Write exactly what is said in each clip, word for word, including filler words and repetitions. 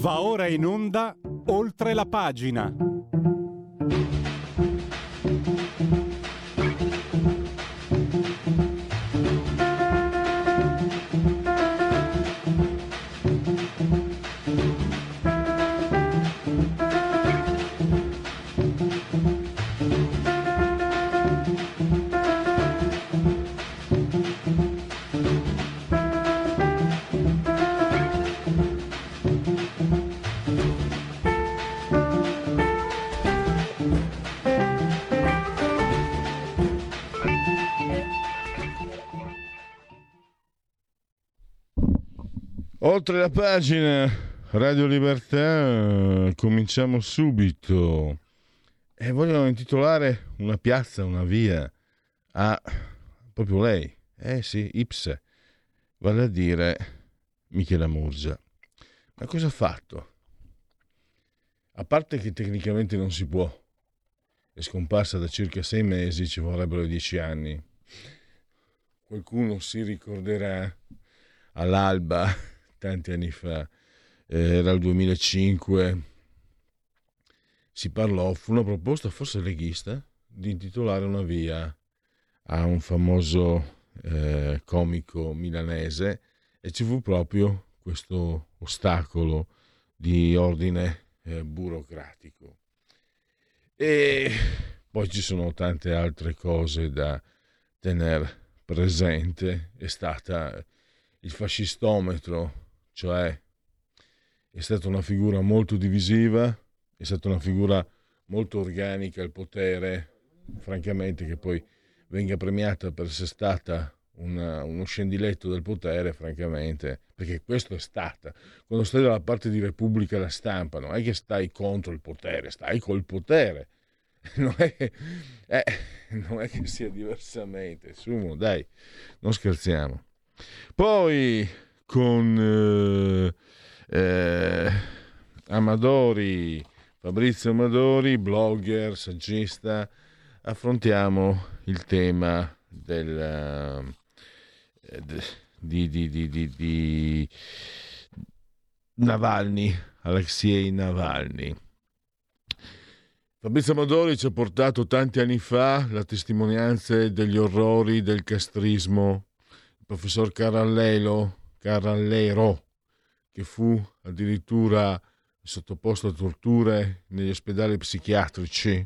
Va ora in onda Oltre la pagina. Oltre la pagina, Radio Libertà, cominciamo subito. E voglio intitolare una piazza, una via, a proprio lei, eh sì, Ipse, vale a dire Michela Murgia. Ma cosa ha fatto? A parte che tecnicamente non si può, è scomparsa da circa sei mesi, ci vorrebbero dieci anni. Qualcuno si ricorderà all'alba, tanti anni fa, eh, era il duemilacinque, si parlò, fu una proposta forse leghista, di intitolare una via a un famoso eh, comico milanese, e ci fu proprio questo ostacolo di ordine eh, burocratico. E poi ci sono tante altre cose da tenere presente. È stata il fascistometro, cioè è stata una figura molto divisiva, è stata una figura molto organica al potere, francamente, che poi venga premiata per essere stata una, uno scendiletto del potere, francamente, perché questo è stata. Quando stai dalla parte di Repubblica La Stampa, non è che stai contro il potere, stai col potere. Non è che, eh, non è che sia diversamente, Sumo, dai, non scherziamo. Poi con eh, eh, Amadori, Fabrizio Amadori, blogger, saggista, affrontiamo il tema del eh, di, di, di, di, di Navalny, Alexei Navalny. Fabrizio Amadori ci ha portato tanti anni fa la testimonianza degli orrori del castrismo. Il professor Carallelo, Carallero, che fu addirittura sottoposto a torture negli ospedali psichiatrici.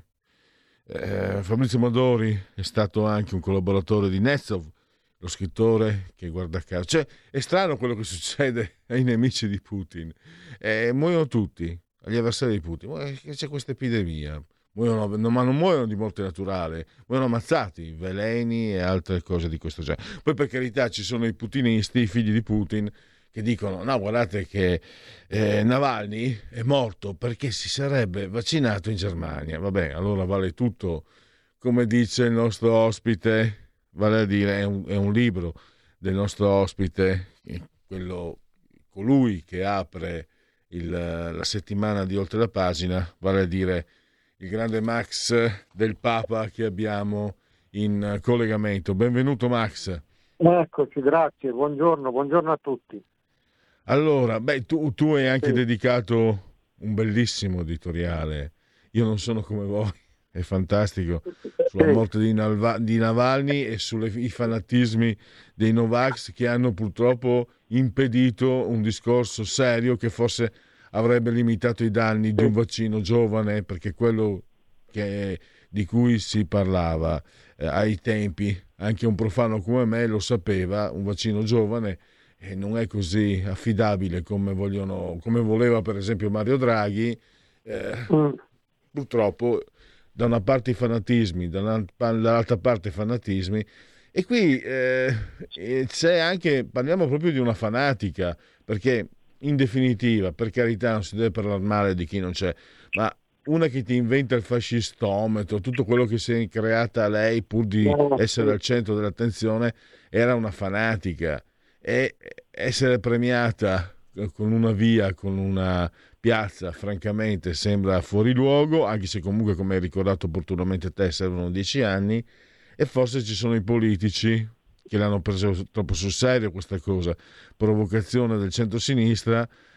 Eh, Fabrizio Amadori è stato anche un collaboratore di Nezhov, lo scrittore che, guarda caso, cioè è strano quello che succede ai nemici di Putin. Eh, muoiono tutti, agli avversari di Putin. C'è questa epidemia, muoiono, no, ma non muoiono di morte naturale, muoiono ammazzati, veleni e altre cose di questo genere. Poi, per carità, ci sono i putinisti, i figli di Putin, che dicono: no, guardate che eh, Navalny è morto perché si sarebbe vaccinato in Germania. Vabbè, allora vale tutto, come dice il nostro ospite, vale a dire è un, è un libro del nostro ospite, quello, colui che apre il, la settimana di Oltre la pagina, vale a dire il grande Max del Papa che abbiamo in collegamento. Benvenuto Max. Eccoci, grazie, buongiorno, buongiorno a tutti. Allora, beh, tu, tu hai anche sì. dedicato un bellissimo editoriale, Io non sono come voi, è fantastico, sulla sì. morte di, Nalva, di Navalny e sui fanatismi dei Novax, che hanno purtroppo impedito un discorso serio che forse avrebbe limitato i danni di un vaccino giovane, perché quello che, di cui si parlava eh, ai tempi, anche un profano come me lo sapeva, un vaccino giovane e non è così affidabile come vogliono, come voleva per esempio Mario Draghi. Eh, mm. Purtroppo da una parte i fanatismi, dall'altra parte i fanatismi, e qui eh, c'è anche, parliamo proprio di una fanatica, perché in definitiva, per carità, non si deve parlare male di chi non c'è, ma una che ti inventa il fascistometro, tutto quello che si è creata lei pur di essere al centro dell'attenzione, era una fanatica. E essere premiata con una via, con una piazza, francamente sembra fuori luogo, anche se comunque, come hai ricordato opportunamente te, servono dieci anni, e forse ci sono i politici che l'hanno preso troppo sul serio questa cosa, provocazione del centro-sinistra,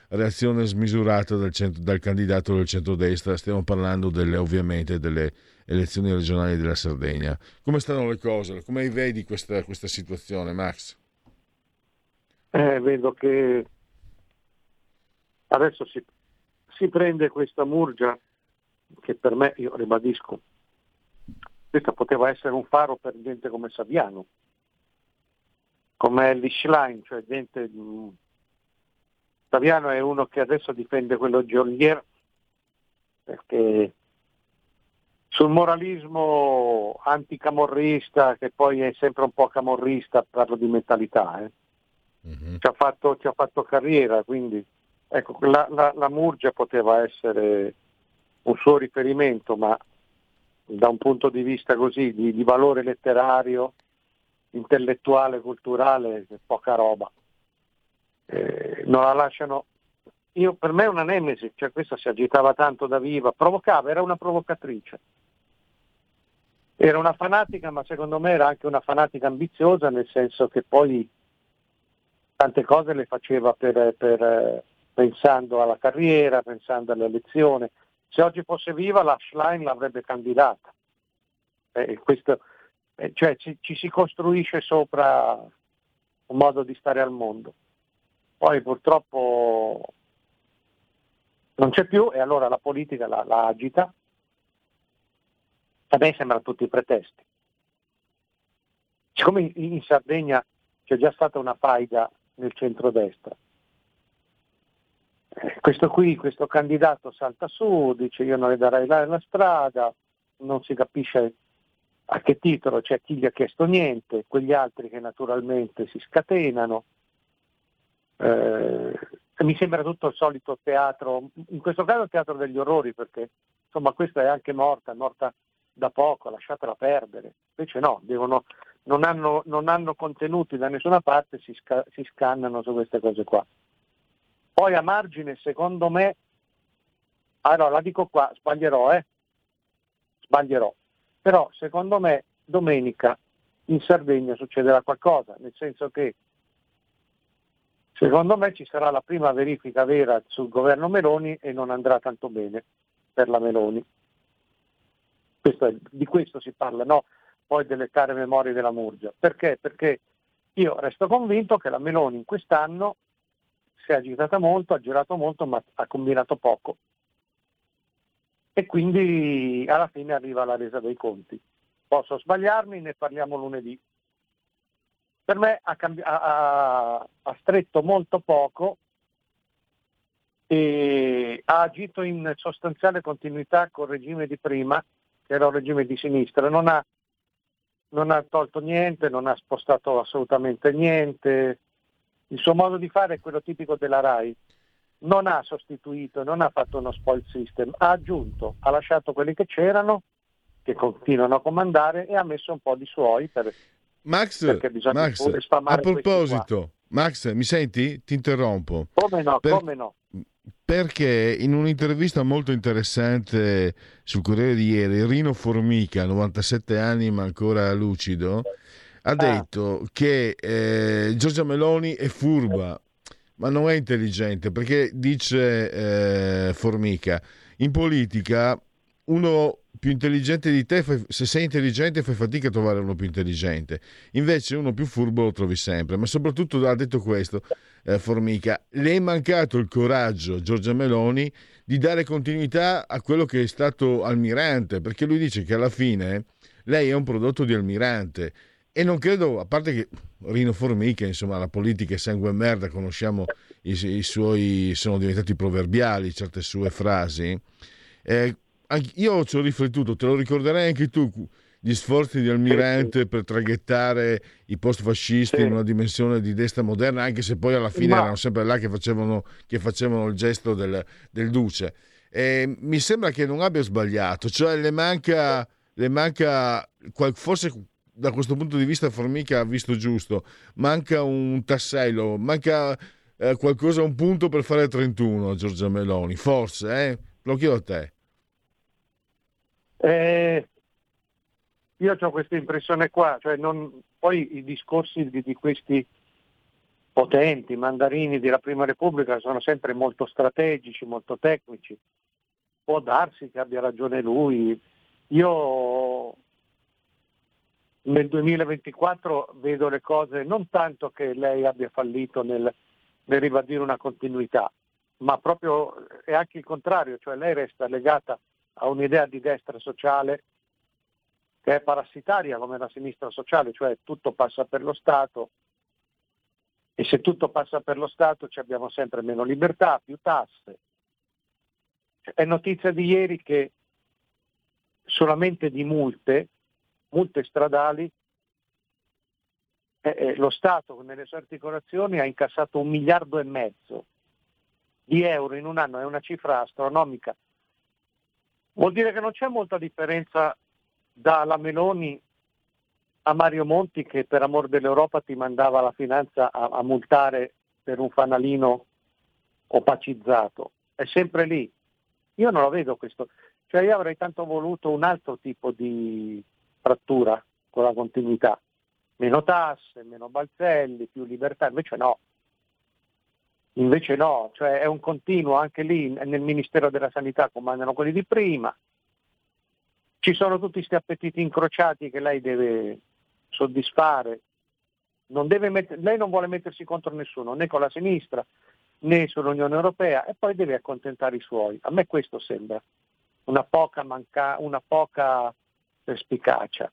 reazione smisurata dal, centro, dal candidato del centrodestra. Stiamo parlando delle, ovviamente delle elezioni regionali della Sardegna. Come stanno le cose? Come vedi questa, questa situazione, Max? Eh, vedo che adesso si, si prende questa Murgia che per me, io ribadisco, questa poteva essere un faro per gente come Saviano, come Ellie Schlein, cioè gente... Mh, Saviano è uno che adesso difende quello Joliet perché sul moralismo anticamorrista, che poi è sempre un po' camorrista, parlo di mentalità, eh. mm-hmm. ci, ha fatto, ci ha fatto carriera, quindi ecco, la, la, la Murgia poteva essere un suo riferimento, ma da un punto di vista così di, di valore letterario, intellettuale, culturale, poca roba. Eh, non la lasciano. Io, per me è una nemesi, cioè questa si agitava tanto da viva, provocava, era una provocatrice, era una fanatica, ma secondo me era anche una fanatica ambiziosa, nel senso che poi tante cose le faceva per, per pensando alla carriera, pensando all'elezione. Se oggi fosse viva la Schlein l'avrebbe candidata. Eh, questo, eh, cioè ci, ci si costruisce sopra un modo di stare al mondo. Poi purtroppo non c'è più e allora la politica la, la agita. A me sembrano tutti pretesti. Siccome in, in Sardegna c'è già stata una faida nel centrodestra, eh, questo qui, questo candidato salta su, dice io non le darei la, la strada, non si capisce a che titolo, c'è chi gli ha chiesto niente, quegli altri che naturalmente si scatenano. Eh, mi sembra tutto il solito teatro, in questo caso il teatro degli orrori, perché insomma questa è anche morta, è morta da poco, lasciatela perdere. Invece no, devono, non, hanno, non hanno contenuti da nessuna parte, si, sca, si scannano su queste cose qua. Poi a margine, secondo me, allora la dico qua, sbaglierò, eh? Sbaglierò, però secondo me domenica in Sardegna succederà qualcosa, nel senso che secondo me ci sarà la prima verifica vera sul governo Meloni e non andrà tanto bene per la Meloni. Questo è, di questo si parla, no? Poi delle care memorie della Murgia. Perché? Perché io resto convinto che la Meloni in quest'anno si è agitata molto, ha girato molto, ma ha combinato poco. E quindi alla fine arriva la resa dei conti. Posso sbagliarmi, ne parliamo lunedì. Per me ha, cambi- ha, ha stretto molto poco e ha agito in sostanziale continuità col regime di prima, che era un regime di sinistra, non ha, non ha tolto niente, non ha spostato assolutamente niente. Il suo modo di fare è quello tipico della RAI, non ha sostituito, non ha fatto uno spoil system, ha aggiunto, ha lasciato quelli che c'erano, che continuano a comandare, e ha messo un po' di suoi per, Max, perché bisogna Max, pure a spamare proposito, Max, mi senti? Ti interrompo. Come no, Per- come no. Perché in un'intervista molto interessante sul Corriere di ieri, Rino Formica, novantasette anni ma ancora lucido, ha Ah. detto che eh, Giorgia Meloni è furba, ma non è intelligente, perché dice eh, Formica, in politica uno più intelligente di te, fai- se sei intelligente fai fatica a trovare uno più intelligente, invece uno più furbo lo trovi sempre. Ma soprattutto ha detto questo, eh, Formica, le è mancato il coraggio, Giorgia Meloni, di dare continuità a quello che è stato Almirante, perché lui dice che alla fine lei è un prodotto di Almirante. E non credo, a parte che Rino Formica, insomma, la politica è sangue e merda, conosciamo i, i suoi, sono diventati proverbiali certe sue frasi. Eh, anch- io ci ho riflettuto, te lo ricorderai anche tu, gli sforzi di Almirante per traghettare i post-fascisti Sì. in una dimensione di destra moderna, anche se poi alla fine Ma- erano sempre là che facevano, che facevano il gesto del, del duce. E mi sembra che non abbia sbagliato, cioè le manca, le manca qual- forse da questo punto di vista Formica ha visto giusto, manca un tassello, manca eh, qualcosa, un punto per fare trentuno a Giorgia Meloni, forse, eh? Lo chiedo a te. Eh, io ho questa impressione qua, cioè non, poi i discorsi di, di questi potenti, i mandarini della Prima Repubblica sono sempre molto strategici, molto tecnici. Può darsi che abbia ragione lui. Io nel duemilaventiquattro vedo le cose non tanto che lei abbia fallito nel, nel ribadire una continuità, ma proprio è anche il contrario, cioè lei resta legata a un'idea di destra sociale che è parassitaria come la sinistra sociale, cioè tutto passa per lo Stato, e se tutto passa per lo Stato ci abbiamo sempre meno libertà, più tasse. È notizia di ieri che solamente di multe, multe stradali, eh, eh, lo Stato nelle sue articolazioni ha incassato un miliardo e mezzo di euro in un anno, è una cifra astronomica. Vuol dire che non c'è molta differenza dalla Meloni a Mario Monti, che per amor dell'Europa ti mandava la finanza a, a multare per un fanalino opacizzato. È sempre lì. Io non lo vedo questo. Cioè io avrei tanto voluto un altro tipo di frattura con la continuità. Meno tasse, meno balzelli, più libertà. Invece no. Invece no. Cioè è un continuo. Anche lì nel Ministero della Sanità comandano quelli di prima. Ci sono tutti questi appetiti incrociati che lei deve soddisfare. Non deve met- lei non vuole mettersi contro nessuno, né con la sinistra, né sull'Unione Europea, e poi deve accontentare i suoi. A me questo sembra una poca, manca- una poca perspicacia.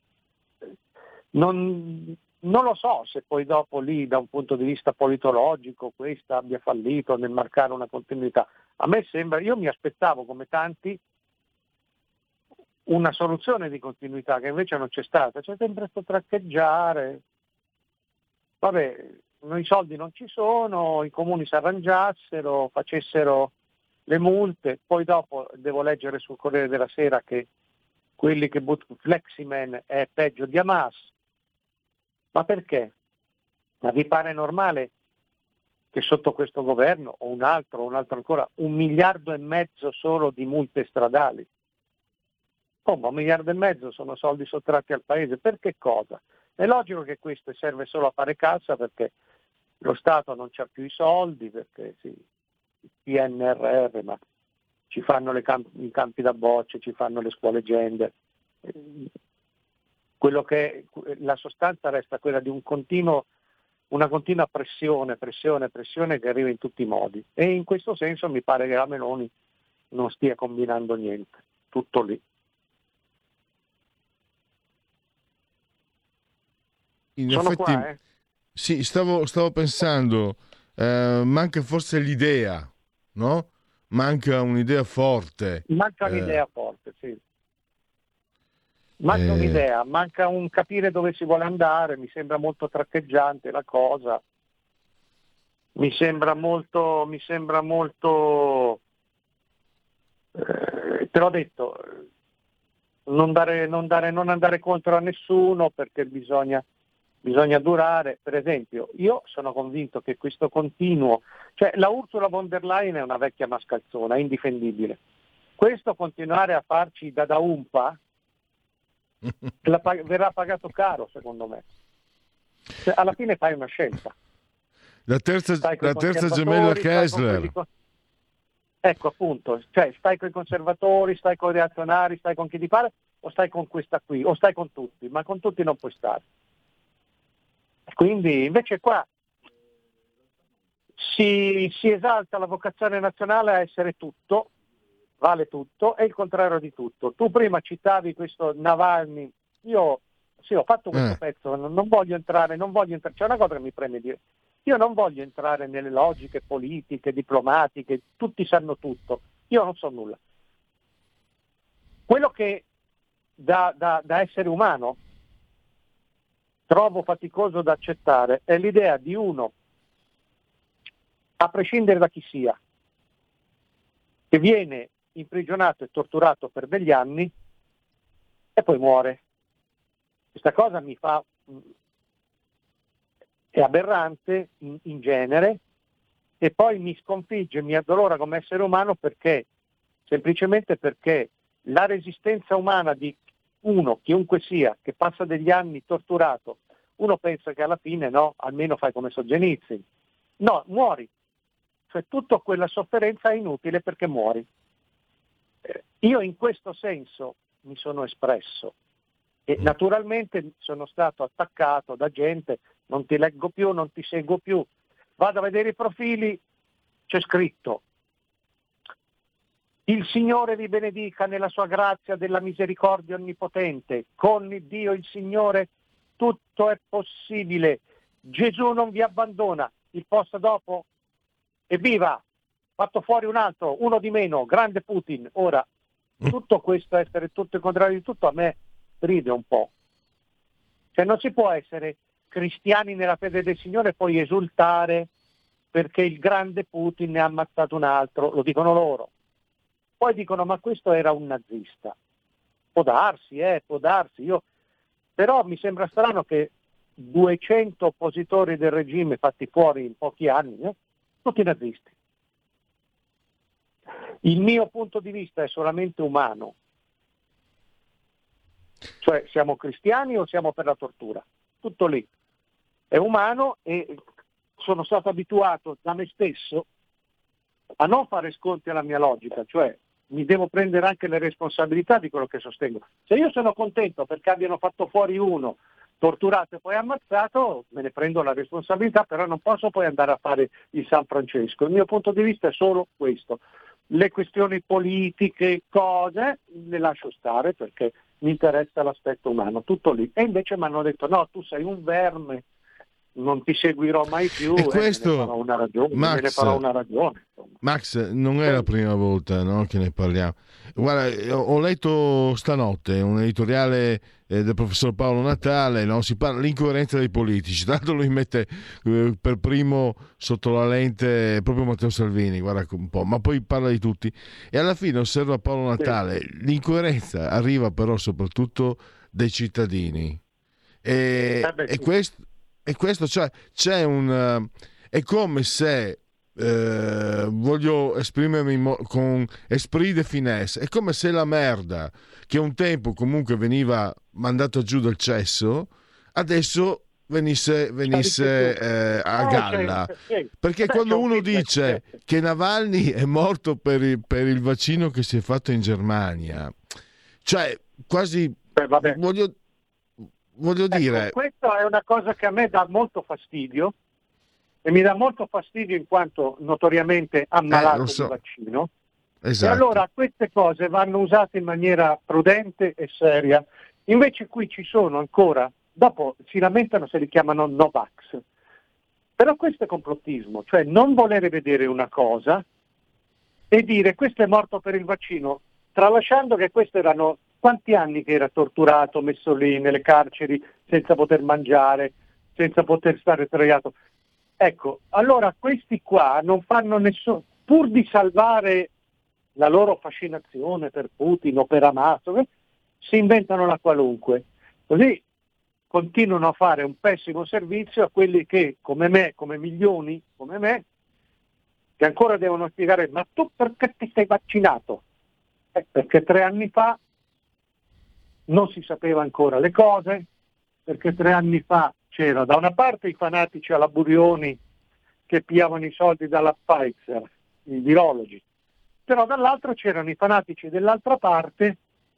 Non, non lo so se poi dopo lì, da un punto di vista politologico, questa abbia fallito nel marcare una continuità. A me sembra, io mi aspettavo come tanti una soluzione di continuità che invece non c'è stata. C'è sempre questo traccheggiare. Vabbè, i soldi non ci sono, i comuni si arrangiassero, facessero le multe, poi dopo devo leggere sul Corriere della Sera che quelli che buttano Fleximan è peggio di Hamas. Ma perché? Ma vi pare normale che sotto questo governo, o un altro, o un altro ancora, un miliardo e mezzo solo di multe stradali? Oh, ma un miliardo e mezzo sono soldi sottratti al paese, per che cosa? È logico che questo serve solo a fare cassa, perché lo Stato non c'ha più i soldi, perché sì, il P N R R, ma ci fanno le camp- i campi da bocce, ci fanno le scuole gender. Quello che la sostanza resta quella di un continuo, una continua pressione, pressione, pressione che arriva in tutti i modi. E in questo senso mi pare che la Meloni non stia combinando niente, tutto lì. In Sono effetti, qua, eh? sì, stavo, stavo pensando, eh, manca forse l'idea, no? Manca un'idea forte. Manca eh, un'idea forte, sì. Manca eh, un'idea, manca un capire dove si vuole andare, mi sembra molto traccheggiante la cosa, mi sembra molto, mi sembra molto, eh, te l'ho detto, non, dare, non, dare, non andare contro a nessuno, perché bisogna, bisogna durare. Per esempio, io sono convinto che questo continuo, cioè la Ursula von der Leyen è una vecchia mascalzona, è indifendibile. Questo continuare a farci da da umpa la pag- verrà pagato caro, secondo me. Cioè, alla fine fai una scelta. la terza, Stai coi la terza gemella conservatori, stai con quelli Kessler. co- Ecco, appunto, cioè stai con i conservatori, stai con i reazionari, stai con chi ti pare, o stai con questa qui, o stai con tutti, ma con tutti non puoi stare. Quindi invece qua si, si esalta la vocazione nazionale a essere tutto, vale tutto, e il contrario di tutto. Tu prima citavi questo Navalny, io sì, ho fatto questo Eh. pezzo, non, non voglio entrare, non voglio entrare, c'è una cosa che mi preme dire, io non voglio entrare nelle logiche politiche, diplomatiche, tutti sanno tutto, io non so nulla. Quello che da, da, da essere umano trovo faticoso da accettare è l'idea di uno, a prescindere da chi sia, che viene imprigionato e torturato per degli anni e poi muore. Questa cosa mi fa, è aberrante in, in genere, e poi mi sconfigge, mi addolora come essere umano, perché semplicemente perché la resistenza umana di uno, chiunque sia, che passa degli anni torturato, uno pensa che alla fine no, almeno fai come Solzhenitsyn, no, muori. Cioè tutta quella sofferenza è inutile perché muori. Eh, io in questo senso mi sono espresso e naturalmente sono stato attaccato da gente, non ti leggo più, non ti seguo più, vado a vedere i profili, c'è scritto: il Signore vi benedica nella sua grazia della misericordia onnipotente, con Dio il Signore tutto è possibile, Gesù non vi abbandona. Il post dopo: evviva, fatto fuori un altro, uno di meno, grande Putin. Ora, tutto questo, essere tutto il contrario di tutto, a me ride un po'. Cioè non si può essere cristiani nella fede del Signore e poi esultare perché il grande Putin ne ha ammazzato un altro, lo dicono loro. Poi dicono: ma questo era un nazista. Può darsi, eh, può darsi. Io... Però mi sembra strano che duecento oppositori del regime fatti fuori in pochi anni, eh, tutti nazisti. Il mio punto di vista è solamente umano. Cioè, siamo cristiani o siamo per la tortura? Tutto lì. È umano e sono stato abituato da me stesso a non fare sconti alla mia logica, cioè mi devo prendere anche le responsabilità di quello che sostengo. Se io sono contento perché abbiano fatto fuori uno, torturato e poi ammazzato, me ne prendo la responsabilità, però non posso poi andare a fare il San Francesco. Il mio punto di vista è solo questo. Le questioni politiche, cose, le lascio stare perché mi interessa l'aspetto umano, tutto lì. E invece mi hanno detto: no, tu sei un verme, non ti seguirò mai più, e questo, e me ne farò una ragione, Max, me ne farò una ragione. Max, non è la prima volta, no, che ne parliamo. Guarda, ho letto stanotte un editoriale eh, del professor Paolo Natale, no? Si parla dell'incoerenza dei politici, tanto lui mette eh, per primo sotto la lente proprio Matteo Salvini, guarda un po', ma poi parla di tutti e alla fine osserva Paolo Natale, sì. L'incoerenza arriva però soprattutto dai cittadini e, eh beh, sì. e questo E questo, cioè, c'è un... Uh, è come se, uh, voglio esprimermi mo- con esprit de finesse, è come se la merda, che un tempo comunque veniva mandata giù dal cesso, adesso venisse, venisse eh, a galla. Perché quando uno dice che Navalny è morto per il, per il vaccino che si è fatto in Germania, cioè, quasi... Beh, vabbè. Voglio... Voglio ecco, dire, questa è una cosa che a me dà molto fastidio e mi dà molto fastidio in quanto notoriamente ammalato eh, so. di vaccino. Esatto. E allora queste cose vanno usate in maniera prudente e seria. Invece qui ci sono ancora, dopo si lamentano se li chiamano Novax. Però questo è complottismo, cioè non volere vedere una cosa e dire questo è morto per il vaccino, tralasciando che questo erano quanti anni che era torturato, messo lì nelle carceri senza poter mangiare, senza poter stare sdraiato. Ecco, allora questi qua non fanno nessuno, pur di salvare la loro fascinazione per Putin o per Hamas, si inventano la qualunque. Così continuano a fare un pessimo servizio a quelli che, come me, come milioni, come me, che ancora devono spiegare: ma tu perché ti sei vaccinato? Eh, perché tre anni fa non si sapeva ancora le cose, perché tre anni fa c'era da una parte i fanatici alla Burioni che pigliavano i soldi dalla Pfizer, i virologi, però dall'altro c'erano i fanatici dell'altra parte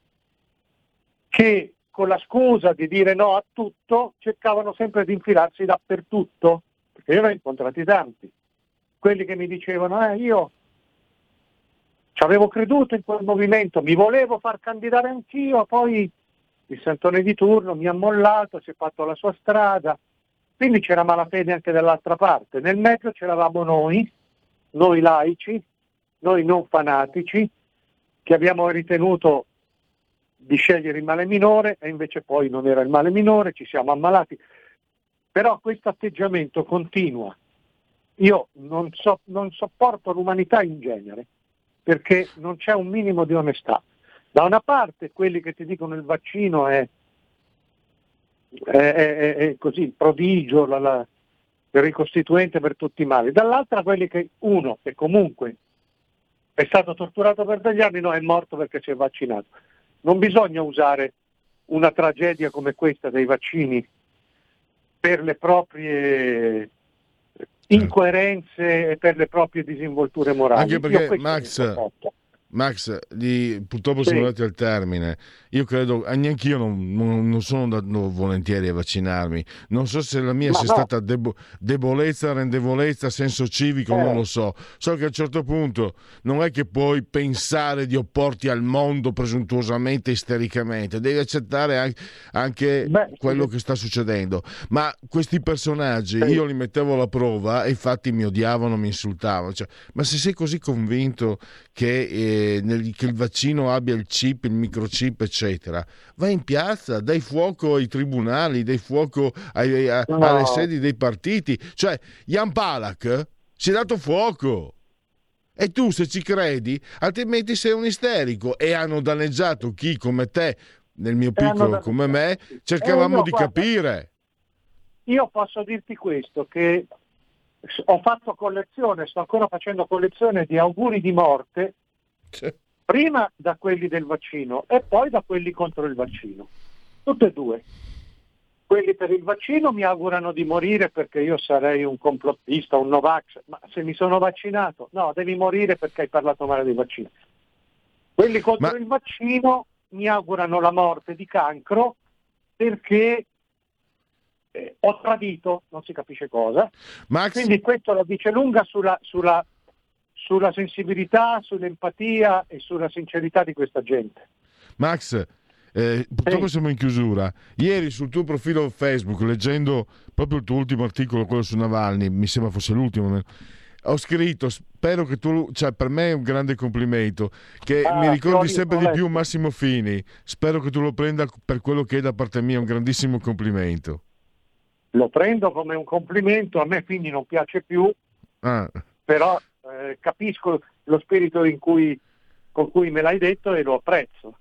che con la scusa di dire no a tutto cercavano sempre di infilarsi dappertutto, perché io ne ho incontrati tanti, quelli che mi dicevano eh, io ci avevo creduto in quel movimento, mi volevo far candidare anch'io, poi il Santone di turno mi ha mollato, si è fatto la sua strada, quindi c'era malafede anche dall'altra parte. Nel mezzo c'eravamo noi, noi laici, noi non fanatici, che abbiamo ritenuto di scegliere il male minore e invece poi non era il male minore, ci siamo ammalati. Però questo atteggiamento continua. Io non, so, non sopporto l'umanità in genere, perché non c'è un minimo di onestà. Da una parte quelli che ti dicono il vaccino è, è, è, è così, il prodigio, la, la, il ricostituente per tutti i mali, dall'altra quelli che, uno che comunque è stato torturato per degli anni, no, è morto perché si è vaccinato. Non bisogna usare una tragedia come questa dei vaccini per le proprie incoerenze e per le proprie disinvolture morali. Anche perché Max, Max di, purtroppo sì. siamo arrivati al termine. Io credo, neanche io non, non, non sono andato volentieri a vaccinarmi. Non so se la mia Ma sia no. stata debo, debolezza, rendevolezza, senso civico, eh. non lo so. So che a un certo punto non è che puoi pensare di opporti al mondo presuntuosamente, istericamente. Devi accettare anche, anche Beh, quello sì. che sta succedendo. Ma questi personaggi, sì. io li mettevo alla prova e infatti mi odiavano, mi insultavano. Cioè, ma se sei così convinto che, eh, nel, che il vaccino abbia il chip, il microchip, eccetera, vai in piazza, dai fuoco ai tribunali, dai fuoco ai, ai, no. alle sedi dei partiti. Cioè Jan Palach si è dato fuoco e tu se ci credi, altrimenti sei un isterico. E hanno danneggiato chi come te, nel mio piccolo come me, cercavamo eh, io, di guarda, capire. Io posso dirti questo, che ho fatto collezione, sto ancora facendo collezione di auguri di morte, cioè. prima da quelli del vaccino e poi da quelli contro il vaccino. Tutte e due. Quelli per il vaccino mi augurano di morire perché io sarei un complottista, un Novax, ma se mi sono vaccinato, no, devi morire perché hai parlato male dei vaccini. Quelli contro ma... il vaccino mi augurano la morte di cancro perché eh, ho tradito, non si capisce cosa. Max... Quindi questo la dice lunga sulla, sulla, sulla sensibilità, sull'empatia e sulla sincerità di questa gente. Max, eh, purtroppo sì. siamo in chiusura. Ieri sul tuo profilo Facebook, leggendo proprio il tuo ultimo articolo, quello su Navalny, mi sembra fosse l'ultimo, ho scritto, spero che tu, cioè per me è un grande complimento, che ah, mi ricordi sempre di più Massimo Fini, spero che tu lo prenda per quello che è da parte mia, un grandissimo complimento. Lo prendo come un complimento, a me Fini non piace più, ah. però eh, capisco lo spirito in cui, con cui me l'hai detto e lo apprezzo.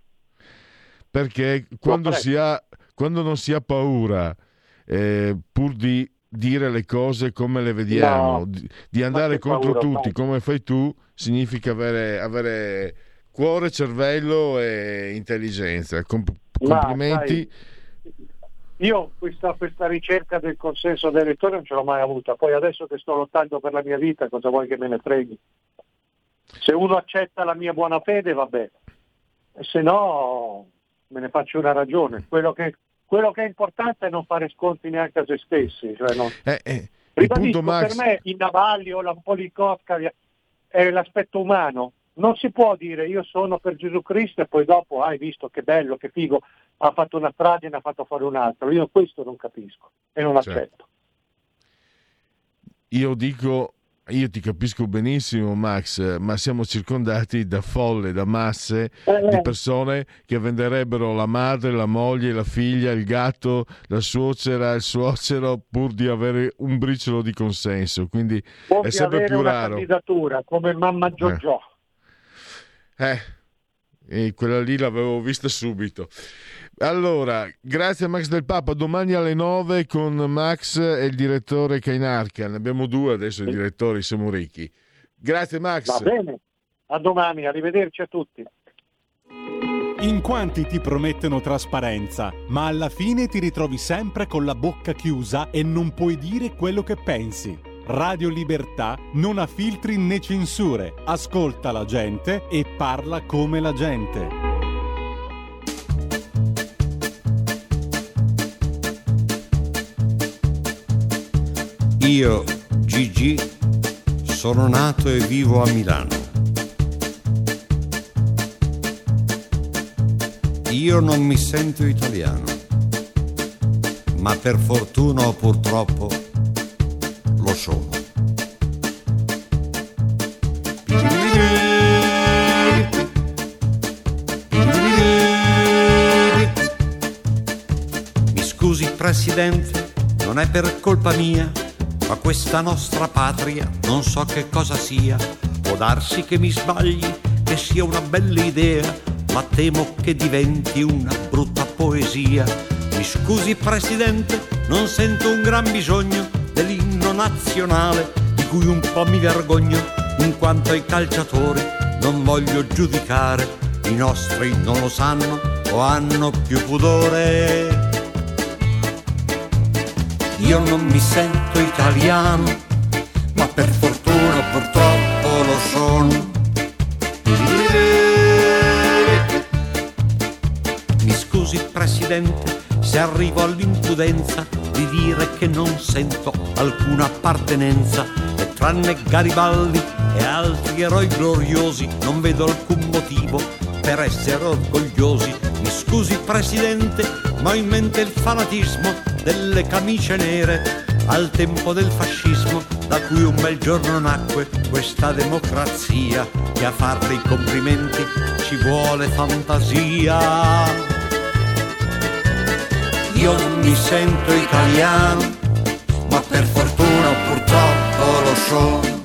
Perché quando, si ha, quando non si ha paura, eh, pur di dire le cose come le vediamo, no, di, di andare contro paura, tutti, vai. come fai tu, significa avere, avere cuore, cervello e intelligenza. Com- complimenti. Ma, io questa, questa ricerca del consenso dei lettori non ce l'ho mai avuta, poi adesso che sto lottando per la mia vita, cosa vuoi che me ne freghi? Se uno accetta la mia buona fede va bene, e se no me ne faccio una ragione. Quello che, quello che è importante è non fare sconti neanche a se stessi. Cioè non... eh, eh, Ribadisco, Max... per me il Navalny o la Polikovskaya è l'aspetto umano. Non si può dire io sono per Gesù Cristo e poi dopo ah, hai visto che bello, che figo, ha fatto una strage e ne ha fatto fare un altro. Io questo non capisco e non certo. accetto. Io dico... Io ti capisco benissimo, Max, ma siamo circondati da folle, da masse eh, di persone che venderebbero la madre, la moglie, la figlia, il gatto, la suocera, il suocero pur di avere un briciolo di consenso. Quindi può è sempre avere più una raro. Candidatura come mamma Giorgio. Eh. eh, e quella lì l'avevo vista subito. Allora, grazie a Max Del Papa. Domani alle nove con Max e il direttore Kainarka. Ne abbiamo due adesso, i direttori, siamo ricchi. Grazie Max. Va bene, a domani, arrivederci a tutti. In quanti ti promettono trasparenza, ma alla fine ti ritrovi sempre con la bocca chiusa e non puoi dire quello che pensi. Radio Libertà non ha filtri né censure. Ascolta la gente e parla come la gente. Io, Gigi, sono nato e vivo a Milano. Io non mi sento italiano, ma per fortuna o purtroppo lo sono. Mi scusi, Presidente, non è per colpa mia, ma questa nostra patria non so che cosa sia. Può darsi che mi sbagli, che sia una bella idea, ma temo che diventi una brutta poesia. Mi scusi Presidente, non sento un gran bisogno dell'inno nazionale, di cui un po' mi vergogno, in quanto ai calciatori non voglio giudicare. I nostri non lo sanno o hanno più pudore. Io non mi sento italiano, arrivo all'impudenza di dire che non sento alcuna appartenenza e tranne Garibaldi e altri eroi gloriosi non vedo alcun motivo per essere orgogliosi. Mi scusi Presidente, ma ho in mente il fanatismo delle camicie nere al tempo del fascismo, da cui un bel giorno nacque questa democrazia, che a farle i complimenti ci vuole fantasia. Io non mi sento italiano, ma per fortuna o purtroppo lo sono.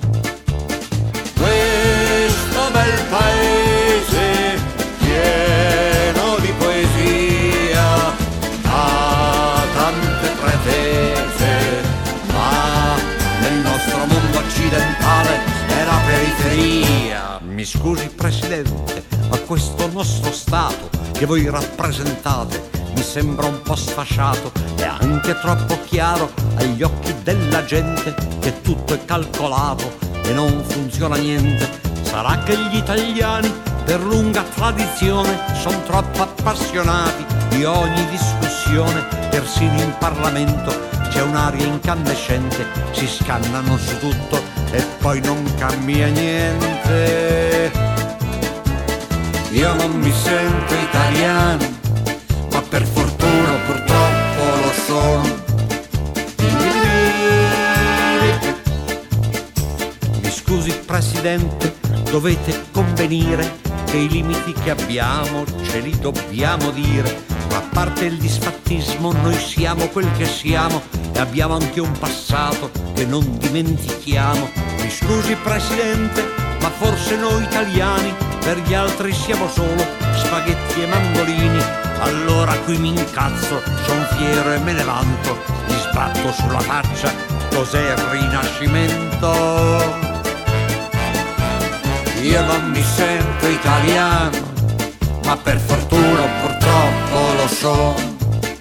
Questo bel paese pieno di poesia ha tante pretese, ma nel nostro mondo occidentale è la periferia. Mi scusi Presidente, ma questo nostro Stato che voi rappresentate mi sembra un po' sfasciato e anche troppo chiaro agli occhi della gente che tutto è calcolato e non funziona niente. Sarà che gli italiani per lunga tradizione sono troppo appassionati di ogni discussione, persino in Parlamento c'è un'aria incandescente, si scannano su tutto e poi non cambia niente. Io non mi sento italiano, ma per fortuna purtroppo lo sono. Mi scusi Presidente, dovete convenire che i limiti che abbiamo ce li dobbiamo dire, ma a parte il disfattismo noi siamo quel che siamo e abbiamo anche un passato che non dimentichiamo. Mi scusi Presidente, ma forse noi italiani per gli altri siamo solo spaghetti e mandolini. Allora qui mi incazzo, son fiero e me ne vanto, gli sbatto sulla faccia, cos'è il Rinascimento? Io non mi sento italiano, ma per fortuna o purtroppo lo sono.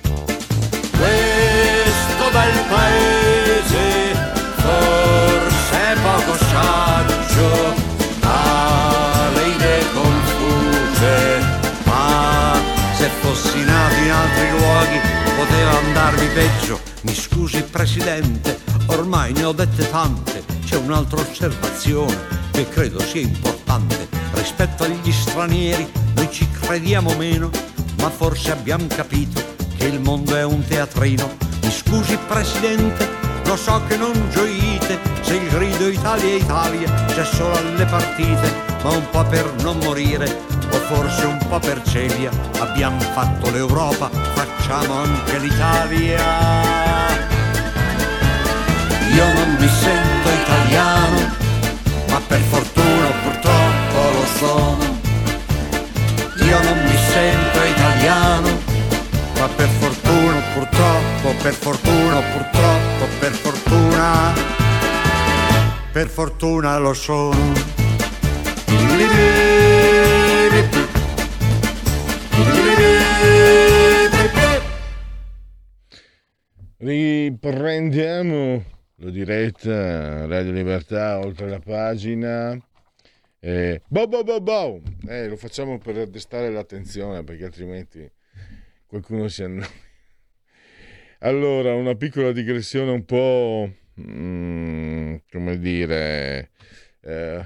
Questo bel paese forse è poco saggio, ha le idee confuse, ma se fossi nato in altri luoghi poteva andarmi peggio. Mi scusi Presidente, ormai ne ho dette tante, c'è un'altra osservazione che credo sia importante. Rispetto agli stranieri noi ci crediamo meno, ma forse abbiamo capito che il mondo è un teatrino. Mi scusi Presidente, lo so che non gioite se il grido Italia Italia c'è solo alle partite, ma un po' per non morire o forse un po' per celia abbiamo fatto l'Europa, facciamo anche l'Italia. Io non mi sento italiano, ma per fortuna purtroppo lo sono. Io non mi sento italiano, ma per fortuna purtroppo, per fortuna purtroppo, per fortuna, per fortuna lo sono. Riprendiamo la diretta Radio Libertà oltre la pagina. Eh, bo bo bo bo. Eh, lo facciamo per destare l'attenzione perché altrimenti qualcuno si annoia. Allora, una piccola digressione un po' mm, come dire eh,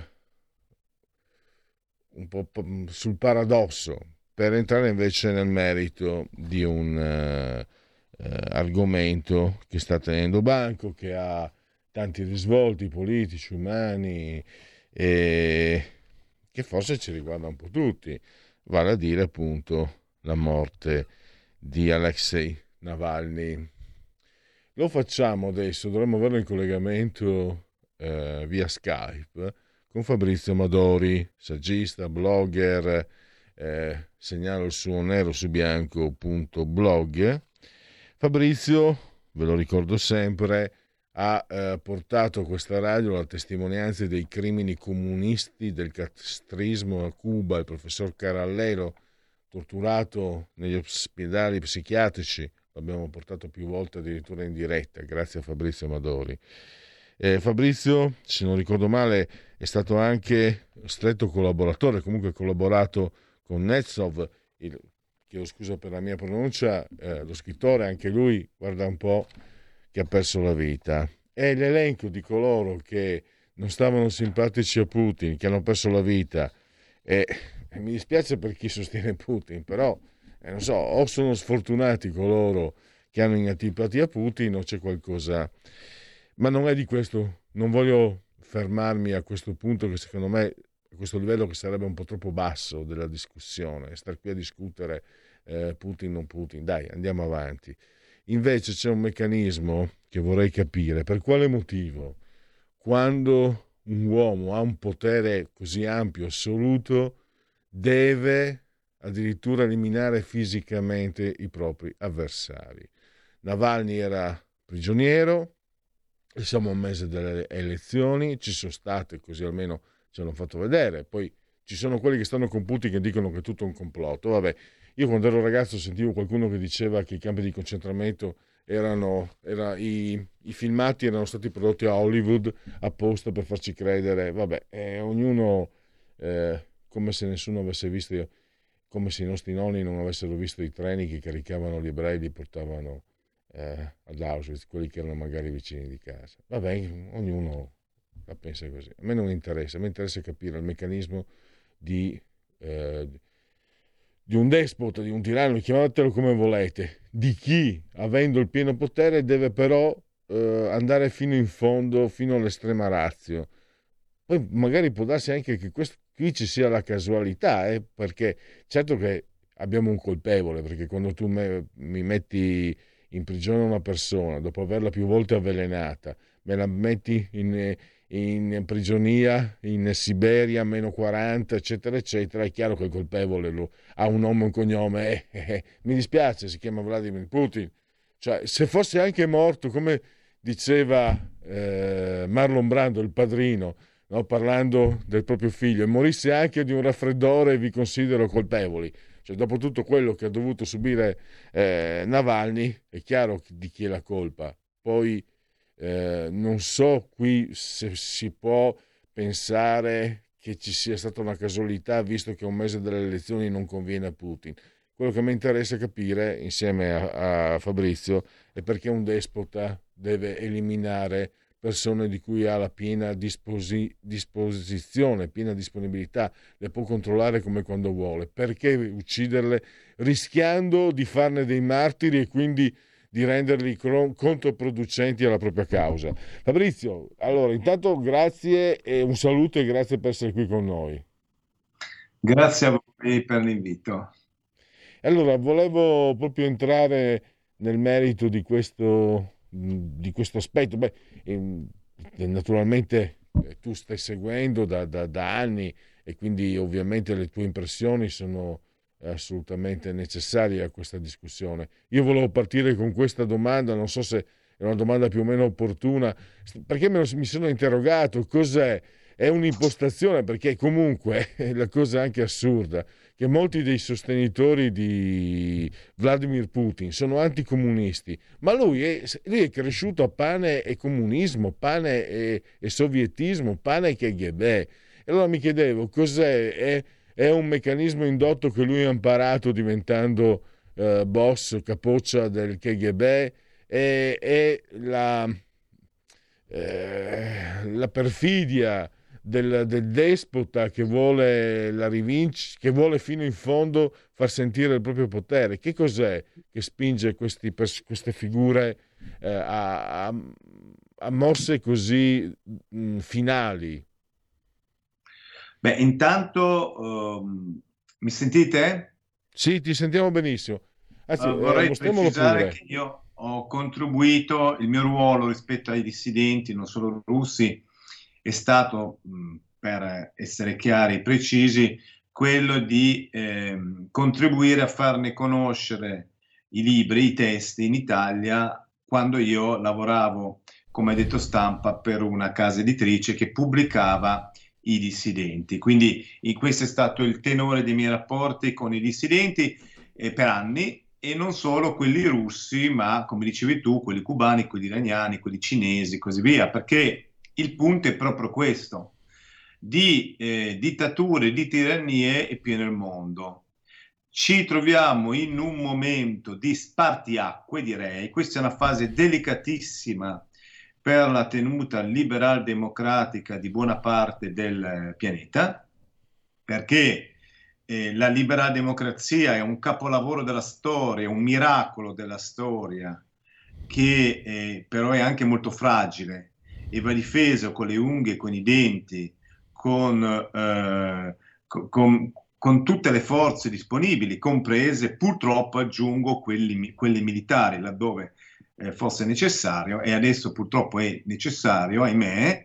un po' sul paradosso, per entrare invece nel merito di un uh, uh, argomento che sta tenendo banco, che ha tanti risvolti politici, umani, e che forse ci riguarda un po' tutti, vale a dire appunto la morte di Alexei Navalny. Lo facciamo adesso, dovremmo averlo in collegamento eh, via Skype con Fabrizio Amadori, saggista, blogger, eh, segnalo il suo nero su bianco punto blog. Fabrizio, ve lo ricordo sempre, ha eh, portato a questa radio la testimonianza dei crimini comunisti del castrismo a Cuba, il professor Carallero, torturato negli ospedali psichiatrici, l'abbiamo portato più volte addirittura in diretta, grazie a Fabrizio Amadori. Eh, Fabrizio, se non ricordo male, è stato anche stretto collaboratore, comunque collaborato con Netzov, il chiedo scusa per la mia pronuncia, eh, lo scrittore, anche lui, guarda un po', che ha perso la vita. È l'elenco di coloro che non stavano simpatici a Putin, che hanno perso la vita. E, e mi dispiace per chi sostiene Putin, però, eh, non so, o sono sfortunati coloro che hanno antipatia a Putin o c'è qualcosa. Ma non è di questo, non voglio fermarmi a questo punto che secondo me, a questo livello che sarebbe un po' troppo basso della discussione, star qui a discutere eh, Putin non Putin, dai, andiamo avanti. Invece c'è un meccanismo che vorrei capire, per quale motivo quando un uomo ha un potere così ampio, assoluto, deve addirittura eliminare fisicamente i propri avversari. Navalny era prigioniero, siamo a un mese delle elezioni, ci sono state, così almeno ci hanno fatto vedere, poi ci sono quelli che stanno con Putin che dicono che è tutto un complotto. Vabbè, io quando ero ragazzo sentivo qualcuno che diceva che i campi di concentramento erano, era, i, i filmati erano stati prodotti a Hollywood apposta per farci credere. Vabbè, eh, ognuno eh, come se nessuno avesse visto, come se i nostri nonni non avessero visto i treni che caricavano gli ebrei e li portavano eh, ad Auschwitz, quelli che erano magari vicini di casa. Vabbè, ognuno la pensa così. A me non interessa, a me interessa capire il meccanismo di, eh, di un despota, di un tiranno, chiamatelo come volete, di chi, avendo il pieno potere, deve però eh, andare fino in fondo, fino all'estrema ratio. Poi magari può darsi anche che questo, qui ci sia la casualità, eh, perché certo che abbiamo un colpevole, perché quando tu me, mi metti in prigione una persona, dopo averla più volte avvelenata, me la metti in, in prigionia in Siberia, meno quaranta, eccetera, eccetera, è chiaro che il colpevole lo, ha un nome e un cognome, eh, eh, eh, mi dispiace, si chiama Vladimir Putin. Cioè, se fosse anche morto, come diceva eh, Marlon Brando, il padrino, no, parlando del proprio figlio, e morisse anche di un raffreddore, vi considero colpevoli. Cioè, dopo tutto quello che ha dovuto subire eh, Navalny, è chiaro di chi è la colpa. Poi eh, non so qui se si può pensare che ci sia stata una casualità, visto che un mese delle elezioni non conviene a Putin. Quello che mi interessa capire, insieme a, a Fabrizio, è perché un despota deve eliminare persone di cui ha la piena disposi- disposizione, piena disponibilità, le può controllare come quando vuole. Perché ucciderle rischiando di farne dei martiri e quindi di renderli cron- controproducenti alla propria causa? Fabrizio, allora intanto grazie e un saluto e grazie per essere qui con noi. Grazie a voi per l'invito. Allora, volevo proprio entrare nel merito di questo, di questo aspetto. Beh, naturalmente tu stai seguendo da, da, da anni e quindi ovviamente le tue impressioni sono assolutamente necessarie a questa discussione. Io volevo partire con questa domanda, non so se è una domanda più o meno opportuna, perché me lo, mi sono interrogato, cos'è? È un'impostazione, perché comunque è la cosa anche assurda, che molti dei sostenitori di Vladimir Putin sono anticomunisti, ma lui è, lui è cresciuto a pane e comunismo, pane e, e sovietismo, pane e K G B. E allora mi chiedevo, cos'è? È, è un meccanismo indotto che lui ha imparato diventando eh, boss, capoccia del K G B? È, è la, eh, la perfidia Del, del despota che vuole la rivincita, che vuole fino in fondo far sentire il proprio potere? Che cos'è che spinge questi, queste figure eh, a, a, a mosse così mh, finali? Beh, intanto um, mi sentite? Sì, ti sentiamo benissimo. Anzi, uh, vorrei eh, precisare pure. che io ho contribuito, il mio ruolo rispetto ai dissidenti, non solo russi, è stato, per essere chiari e precisi, quello di eh, contribuire a farne conoscere i libri, i testi in Italia, quando io lavoravo come addetto stampa per una casa editrice che pubblicava i dissidenti. Quindi in questo è stato il tenore dei miei rapporti con i dissidenti eh, per anni, e non solo quelli russi, ma come dicevi tu, quelli cubani, quelli iraniani, quelli cinesi, così via, perché il punto è proprio questo: di eh, dittature, di tirannie è pieno il mondo. ci troviamo in un momento di spartiacque, direi. Questa è una fase delicatissima per la tenuta liberal-democratica di buona parte del pianeta, perché eh, la liberal-democrazia è un capolavoro della storia, un miracolo della storia, che eh, però è anche molto fragile e va difeso con le unghie, con i denti, con, eh, con, con tutte le forze disponibili, comprese, purtroppo aggiungo, quelli, quelli militari, laddove eh, fosse necessario, e adesso purtroppo è necessario, ahimè,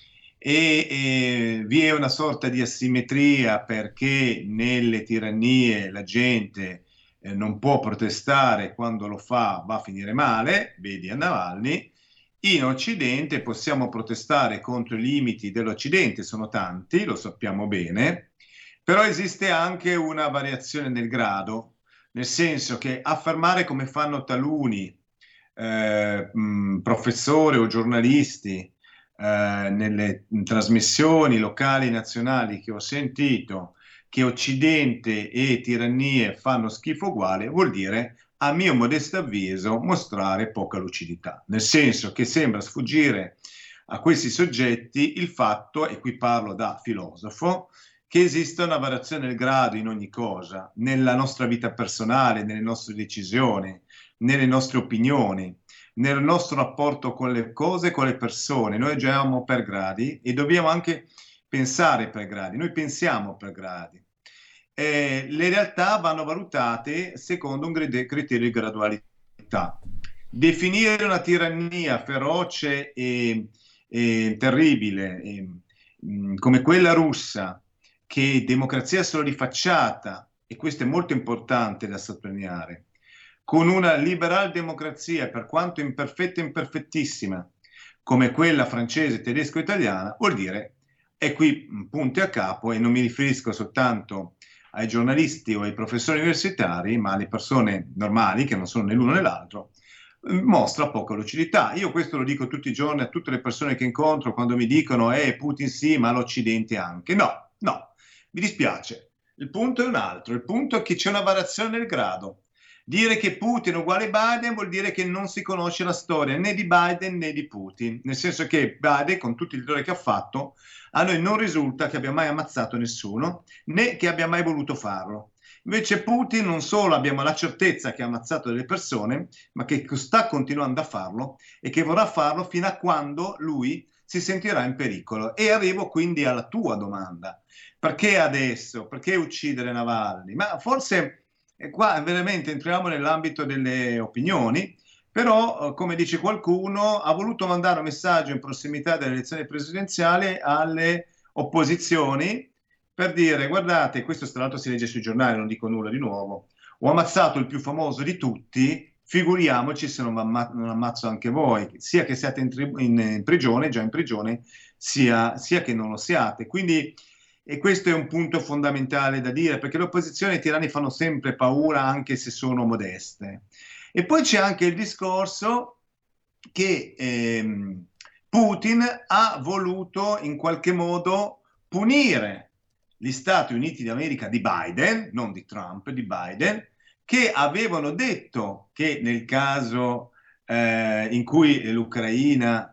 e, e vi è una sorta di asimmetria, perché nelle tirannie la gente eh, non può protestare, quando lo fa va a finire male, vedi a Navalny. In Occidente possiamo protestare contro i limiti dell'Occidente, sono tanti, lo sappiamo bene, però esiste anche una variazione nel grado, nel senso che affermare, come fanno taluni eh, mh, professori o giornalisti eh, nelle trasmissioni locali e nazionali che ho sentito, che Occidente e tirannie fanno schifo uguale, vuol dire, a mio modesto avviso, mostrare poca lucidità, nel senso che sembra sfuggire a questi soggetti il fatto, e qui parlo da filosofo, che esista una variazione del grado in ogni cosa, nella nostra vita personale, nelle nostre decisioni, nelle nostre opinioni, nel nostro rapporto con le cose e con le persone. Noi agiamo per gradi e dobbiamo anche pensare per gradi, noi pensiamo per gradi. Eh, le realtà vanno valutate secondo un criterio di gradualità. Definire una tirannia feroce e, e terribile e, mh, come quella russa, che democrazia solo di facciata, e questo è molto importante da sottolineare, con una liberal democrazia, per quanto imperfetta e imperfettissima, come quella francese, tedesco, italiana, vuol dire, e qui punti a capo, e non mi riferisco soltanto ai giornalisti o ai professori universitari, ma alle persone normali, che non sono né l'uno né l'altro, mostra poca lucidità. Io questo lo dico tutti i giorni a tutte le persone che incontro, quando mi dicono eh, Putin sì, ma l'Occidente anche. No, no, mi dispiace. Il punto è un altro, il punto è che c'è una variazione nel grado. Dire che Putin è uguale a Biden vuol dire che non si conosce la storia né di Biden né di Putin, nel senso che Biden, con tutti gli errori che ha fatto, a noi non risulta che abbia mai ammazzato nessuno, né che abbia mai voluto farlo. Invece Putin non solo abbiamo la certezza che ha ammazzato delle persone, ma che sta continuando a farlo e che vorrà farlo fino a quando lui si sentirà in pericolo. E arrivo quindi alla tua domanda. Perché adesso? Perché uccidere Navalny? Ma forse... E qua veramente entriamo nell'ambito delle opinioni, però, come dice qualcuno, ha voluto mandare un messaggio in prossimità delle elezioni presidenziali alle opposizioni per dire: guardate, questo tra l'altro si legge sui giornali, non dico nulla di nuovo, ho ammazzato il più famoso di tutti, figuriamoci se non, amma- non ammazzo anche voi, sia che siate in, tri- in prigione, già in prigione, sia, sia che non lo siate. Quindi... E questo è un punto fondamentale da dire, perché l'opposizione e i tiranni fanno sempre paura anche se sono modeste. E poi c'è anche il discorso che ehm, Putin ha voluto in qualche modo punire gli Stati Uniti d'America di Biden, non di Trump, di Biden, che avevano detto che nel caso eh, in cui l'Ucraina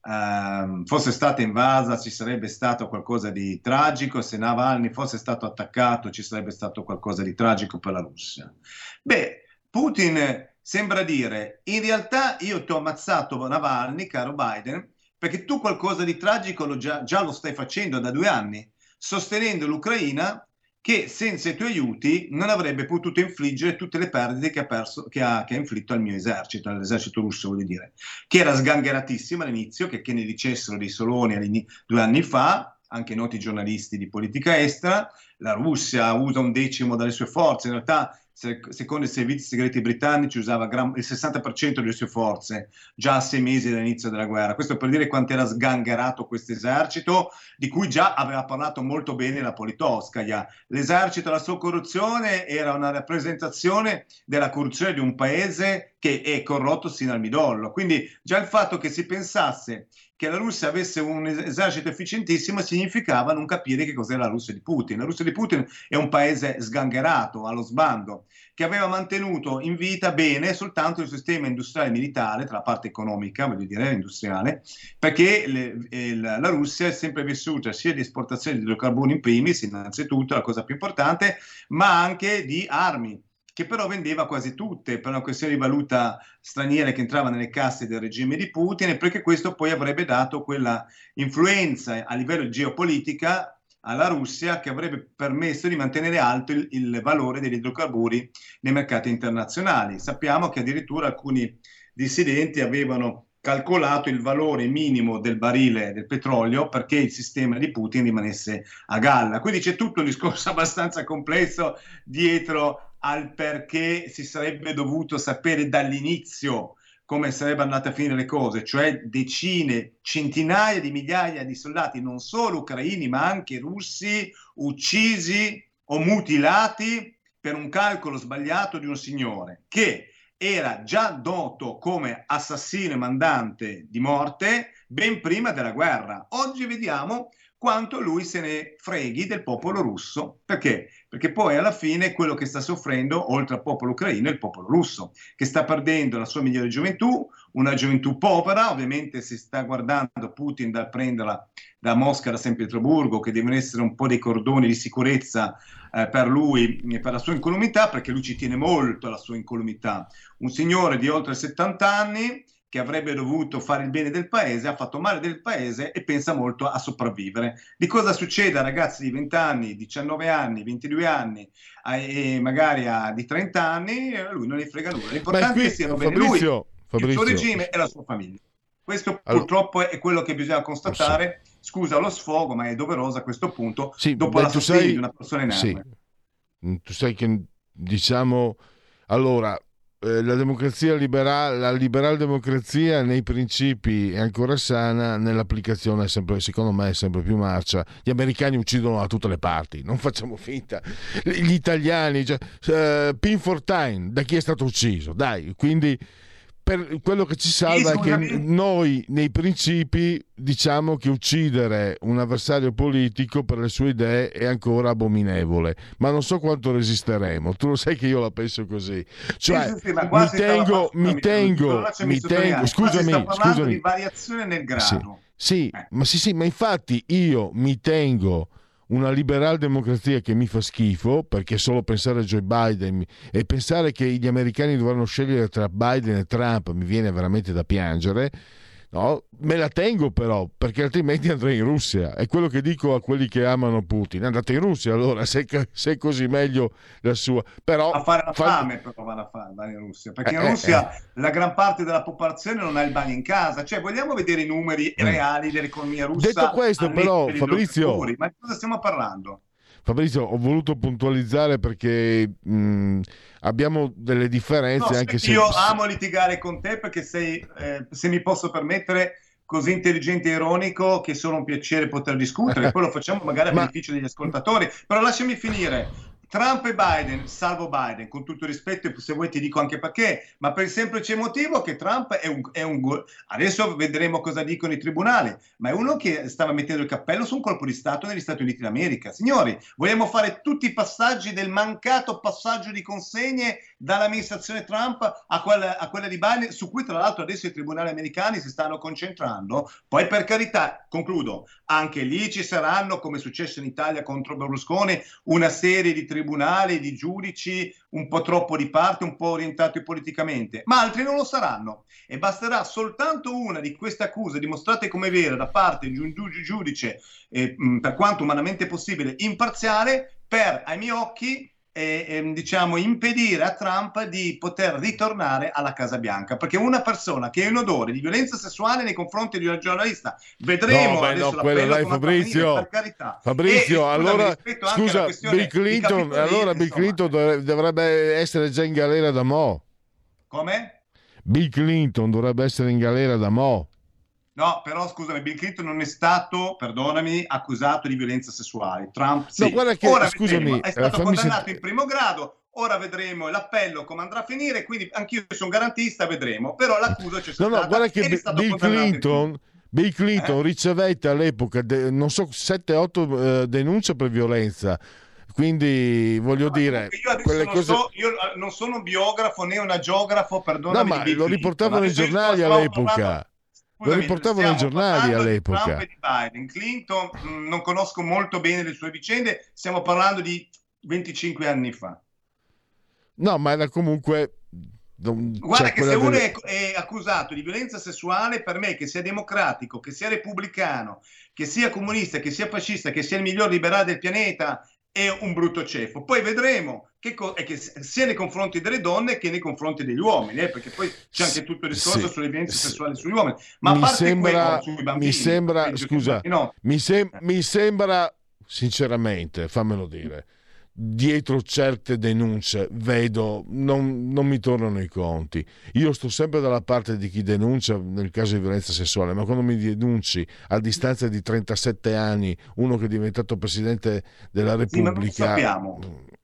Uh, fosse stata invasa ci sarebbe stato qualcosa di tragico, se Navalny fosse stato attaccato ci sarebbe stato qualcosa di tragico per la Russia. Beh, Putin sembra dire: in realtà io ti ho ammazzato Navalny, caro Biden, perché tu qualcosa di tragico lo già, già lo stai facendo da due anni, sostenendo l'Ucraina, che senza i tuoi aiuti non avrebbe potuto infliggere tutte le perdite che ha, perso, che ha, che ha inflitto al mio esercito, all'esercito russo, voglio dire, che era sgangheratissimo all'inizio, che, che ne dicessero dei Soloni due anni fa, anche noti giornalisti di politica estera. La Russia usa un decimo dalle sue forze, in realtà secondo i servizi segreti britannici usava il sessanta per cento delle sue forze già a sei mesi dall'inizio della guerra. Questo per dire quanto era sgangherato questo esercito, di cui già aveva parlato molto bene la Politkovskaya. L'esercito e la sua corruzione era una rappresentazione della corruzione di un paese che è corrotto sino al midollo. Quindi già il fatto che si pensasse che la Russia avesse un esercito efficientissimo significava non capire che cos'era la Russia di Putin. La Russia di Putin è un paese sgangherato, allo sbando, che aveva mantenuto in vita bene soltanto il sistema industriale militare, tra la parte economica, voglio dire industriale, perché le, il, la Russia è sempre vissuta sia di esportazione di idrocarburi in primis, innanzitutto, la cosa più importante, ma anche di armi, che però vendeva quasi tutte per una questione di valuta straniera che entrava nelle casse del regime di Putin, e perché questo poi avrebbe dato quella influenza a livello geopolitica alla Russia che avrebbe permesso di mantenere alto il, il valore degli idrocarburi nei mercati internazionali. Sappiamo che addirittura alcuni dissidenti avevano calcolato il valore minimo del barile del petrolio perché il sistema di Putin rimanesse a galla. Quindi c'è tutto un discorso abbastanza complesso dietro al perché si sarebbe dovuto sapere dall'inizio come sarebbero andate a finire le cose, cioè decine, centinaia di migliaia di soldati, non solo ucraini ma anche russi, uccisi o mutilati per un calcolo sbagliato di un signore che era già noto come assassino e mandante di morte ben prima della guerra. Oggi vediamo quanto lui se ne freghi del popolo russo. Perché? Perché poi alla fine quello che sta soffrendo, oltre al popolo ucraino, è il popolo russo, che sta perdendo la sua migliore gioventù, una gioventù povera. Ovviamente si sta guardando Putin da prenderla da Mosca, da San Pietroburgo, che devono essere un po' dei cordoni di sicurezza eh, per lui e per la sua incolumità, perché lui ci tiene molto alla sua incolumità. Un signore di oltre settanta anni che avrebbe dovuto fare il bene del paese, ha fatto male del paese e pensa molto a sopravvivere. Di cosa succede a ragazzi di venti anni, diciannove anni, ventidue anni e magari a di trenta anni, lui non ne frega nulla. L'importante qui, è che siano bene Fabrizio, lui, Fabrizio. il suo regime e la sua famiglia. Questo allora, purtroppo è quello che bisogna constatare. Sì. Scusa lo sfogo, ma è doveroso a questo punto, sì, dopo la sostegno di una persona inerme. Sì. Tu sai che, diciamo, allora, la democrazia liberale, la liberal democrazia nei principi è ancora sana, nell'applicazione è sempre, secondo me, è sempre più marcia. Gli americani uccidono da tutte le parti, non facciamo finta. Gli italiani, cioè, uh, Pin Fortuyn, da chi è stato ucciso? Dai, quindi per quello che ci salva è che noi nei principi diciamo che uccidere un avversario politico per le sue idee è ancora abominevole, ma non so quanto resisteremo. Tu lo sai che io la penso così, cioè sì, sì, sì, mi tengo mi tengo mi tengo scusami scusami di variazione nel grado. Sì, sì eh. ma sì sì ma infatti io mi tengo una liberal democrazia che mi fa schifo, perché solo pensare a Joe Biden e pensare che gli americani dovranno scegliere tra Biden e Trump mi viene veramente da piangere. No, me la tengo però, perché altrimenti andrei in Russia. È quello che dico a quelli che amano Putin: andate in Russia allora, se, se è così meglio la sua. Però a fare la fa... fame però vanno a fare in Russia, perché eh, in Russia eh, la gran parte della popolazione non ha il bagno in casa. Cioè, vogliamo vedere i numeri reali dell'economia russa? Detto questo, però, Fabrizio, ma di cosa stiamo parlando? Fabrizio, ho voluto puntualizzare perché mh, abbiamo delle differenze. No, anche se io amo litigare con te perché sei, eh, se mi posso permettere, così intelligente e ironico che è solo un piacere poter discutere. Poi lo facciamo magari a Ma... beneficio degli ascoltatori. Però lasciami finire. Trump e Biden, salvo Biden, con tutto il rispetto, se vuoi ti dico anche perché, ma per il semplice motivo che Trump è un, è un adesso vedremo cosa dicono i tribunali, ma è uno che stava mettendo il cappello su un colpo di Stato negli Stati Uniti d'America. Signori, vogliamo fare tutti i passaggi del mancato passaggio di consegne dall'amministrazione Trump a quella, a quella di Biden, su cui tra l'altro adesso i tribunali americani si stanno concentrando. Poi, per carità, concludo, anche lì ci saranno, come è successo in Italia contro Berlusconi, una serie di tribunali, di giudici un po' troppo di parte, un po' orientati politicamente, ma altri non lo saranno, e basterà soltanto una di queste accuse dimostrate come vera da parte di un giudice, eh, per quanto umanamente possibile, imparziale, per, ai miei occhi, E, e, diciamo impedire a Trump di poter ritornare alla Casa Bianca, perché una persona che ha un odore di violenza sessuale nei confronti di una giornalista, vedremo no, beh, adesso no, quello dai Fabrizio, finire, per carità. Fabrizio, e, allora scusami, scusa Bill Clinton, allora Bill Clinton dovrebbe essere già in galera da mo'. Come? Bill Clinton dovrebbe essere in galera da mo'. No, però scusami, Bill Clinton non è stato, perdonami, accusato di violenza sessuale. Trump sì. No, guarda che, ora scusami, vedremo, è stato eh, condannato sent... in primo grado, ora vedremo l'appello come andrà a finire, quindi anch'io sono garantista, vedremo, però l'accusa c'è stata. No, no, guarda che Bill Clinton, Bill Clinton Eh? ricevette all'epoca, de- non so, sette otto eh, denunce per violenza. Quindi voglio No, dire, io adesso quelle non, cose. so, io non sono un biografo né un agiografo, No, perdonami, di ma Bill lo Clinton. riportavano i Adesso io sto- giornali stavamo all'epoca. parlando- Lo Scusami, riportavano i stiamo giornali parlando di Trump all'epoca. e di Biden. Clinton mh, non conosco molto bene le sue vicende, stiamo parlando di venticinque anni fa. No, ma era comunque. non- Guarda cioè, che quella se uno del- è, è accusato di violenza sessuale, per me, che sia democratico, che sia repubblicano, che sia comunista, che sia fascista, che sia il miglior liberale del pianeta, è un brutto ceffo. Poi vedremo che, co- è che sia nei confronti delle donne che nei confronti degli uomini, eh, perché poi c'è anche tutto il discorso Sì, sulle violenze sì. sessuali sugli uomini. Ma a mi parte sembra, quello, sui bambini, mi sembra, peggio che scusa, bambini, no. mi, sem- mi sembra sinceramente, fammelo dire, dietro certe denunce vedo, non, non mi tornano i conti. Io sto sempre dalla parte di chi denuncia nel caso di violenza sessuale, ma quando mi denunci a distanza di trentasette anni uno che è diventato presidente della Sì, ma non Repubblica, sappiamo.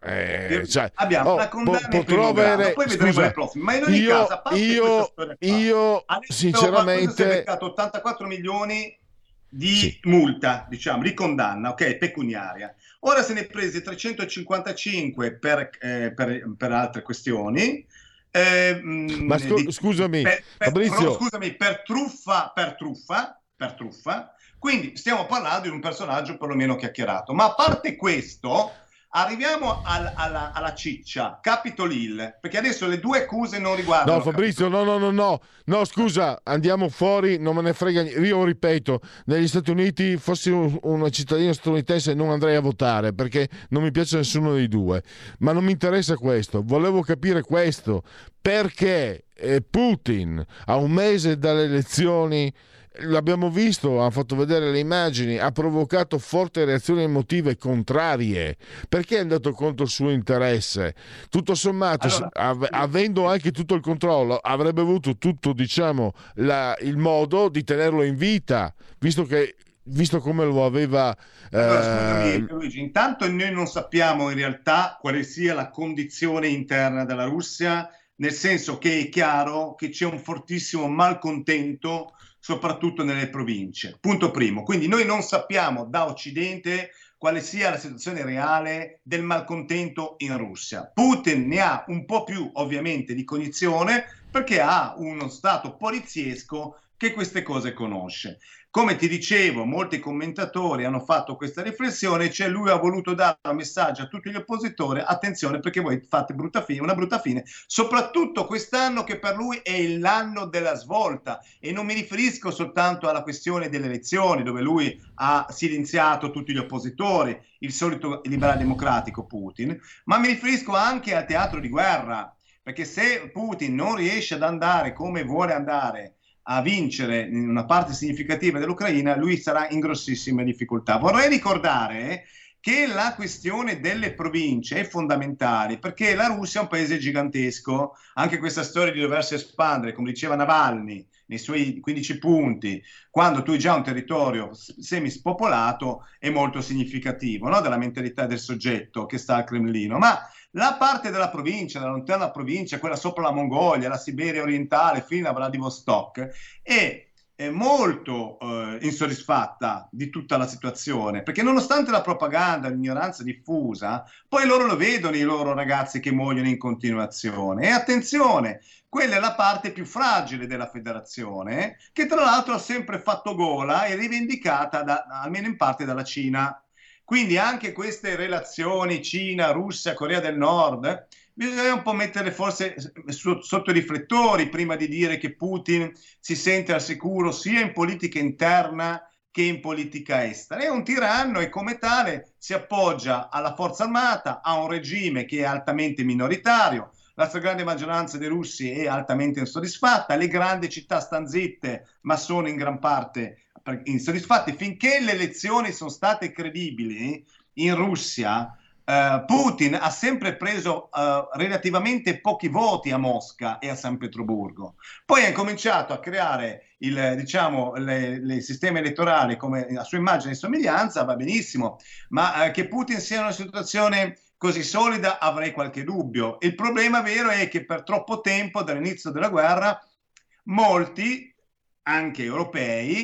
eh, cioè, Abbiamo oh, una condanna po- in primo potrò grado, avere, poi vedremo scusa, le prossime. Ma in ogni io, caso, a parte questa io, storia qua, io adesso sinceramente si è beccato ottantaquattro milioni di Sì. multa, diciamo, di condanna, ok, pecuniaria. Ora se ne è presi trecentocinquantacinque per, eh, per, per altre questioni. Eh, Ma scu- di- scusami, per, per, Fabrizio. però, scusami, per truffa, per truffa, per truffa. Quindi stiamo parlando di un personaggio perlomeno chiacchierato. Ma a parte questo, arriviamo al- alla, alla ciccia, Capitol Hill, perché adesso le due accuse non riguardano. No, Fabrizio, no, no, no, no, no, scusa, andiamo fuori, non me ne frega niente. Io ripeto, negli Stati Uniti, fossi un, un cittadino statunitense, non andrei a votare perché non mi piace nessuno dei due. Ma non mi interessa questo, volevo capire questo, perché eh, Putin a un mese dalle elezioni, l'abbiamo visto, ha fatto vedere le immagini, ha provocato forti reazioni emotive contrarie perché è andato contro il suo interesse. Tutto sommato, Allora, av- avendo anche tutto il controllo, avrebbe avuto tutto, diciamo, la- il modo di tenerlo in vita, visto che visto come lo aveva Allora, eh, scusami, Luigi, intanto noi non sappiamo in realtà quale sia la condizione interna della Russia, nel senso che è chiaro che c'è un fortissimo malcontento soprattutto nelle province. Punto primo. Quindi noi non sappiamo da Occidente quale sia la situazione reale del malcontento in Russia. Putin ne ha un po' più ovviamente di cognizione perché ha uno stato poliziesco che queste cose conosce. Come ti dicevo, molti commentatori hanno fatto questa riflessione, cioè lui ha voluto dare un messaggio a tutti gli oppositori: attenzione perché voi fate brutta fine, una brutta fine, soprattutto quest'anno che per lui è l'anno della svolta, e non mi riferisco soltanto alla questione delle elezioni dove lui ha silenziato tutti gli oppositori, il solito liberal democratico Putin, ma mi riferisco anche al teatro di guerra, perché se Putin non riesce ad andare come vuole andare a vincere in una parte significativa dell'Ucraina, lui sarà in grossissime difficoltà. Vorrei ricordare che la questione delle province è fondamentale perché la Russia è un paese gigantesco, anche questa storia di doversi espandere, come diceva Navalny nei suoi quindici punti, quando tu hai già un territorio semispopolato, è molto significativo, no? Della mentalità del soggetto che sta al Cremlino. Ma la parte della provincia, la lontana provincia, quella sopra la Mongolia, la Siberia orientale, fino a Vladivostok, è, è molto eh, insoddisfatta di tutta la situazione, perché nonostante la propaganda, l'ignoranza diffusa, poi loro lo vedono i loro ragazzi che muoiono in continuazione. E attenzione, quella è la parte più fragile della federazione, che tra l'altro ha sempre fatto gola e rivendicata da, almeno in parte dalla Cina. Quindi anche queste relazioni Cina, Russia, Corea del Nord, bisogna un po' mettere forse sotto i riflettori prima di dire che Putin si sente al sicuro sia in politica interna che in politica estera. È un tiranno e come tale si appoggia alla forza armata, a un regime che è altamente minoritario. La stragrande maggioranza dei russi è altamente insoddisfatta, le grandi città stanno zitte, ma sono in gran parte insoddisfatti. Finché le elezioni sono state credibili in Russia, eh, Putin ha sempre preso eh, relativamente pochi voti a Mosca e a San Pietroburgo. Poi ha incominciato a creare il, diciamo, le, le sistemi elettorali come a sua immagine e somiglianza, va benissimo, ma eh, che Putin sia in una situazione così solida avrei qualche dubbio. Il problema vero è che per troppo tempo, dall'inizio della guerra, molti, anche europei,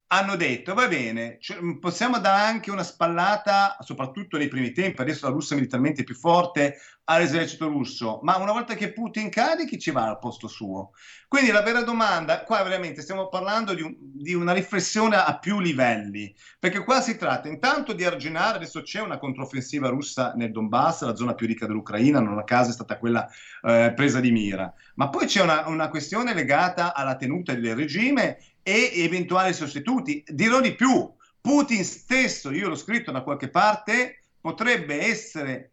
hanno detto va bene, cioè, possiamo dare anche una spallata, soprattutto nei primi tempi, adesso la Russia è militarmente più forte, all'esercito russo, ma una volta che Putin cade chi ci va al posto suo? Quindi la vera domanda, qua veramente stiamo parlando di, un, di una riflessione a più livelli, perché qua si tratta intanto di arginare, adesso c'è una controffensiva russa nel Donbass, la zona più ricca dell'Ucraina, non a caso è stata quella eh, presa di mira, ma poi c'è una, una questione legata alla tenuta del regime e eventuali sostituti. Dirò di più, Putin stesso, io l'ho scritto da qualche parte, potrebbe essere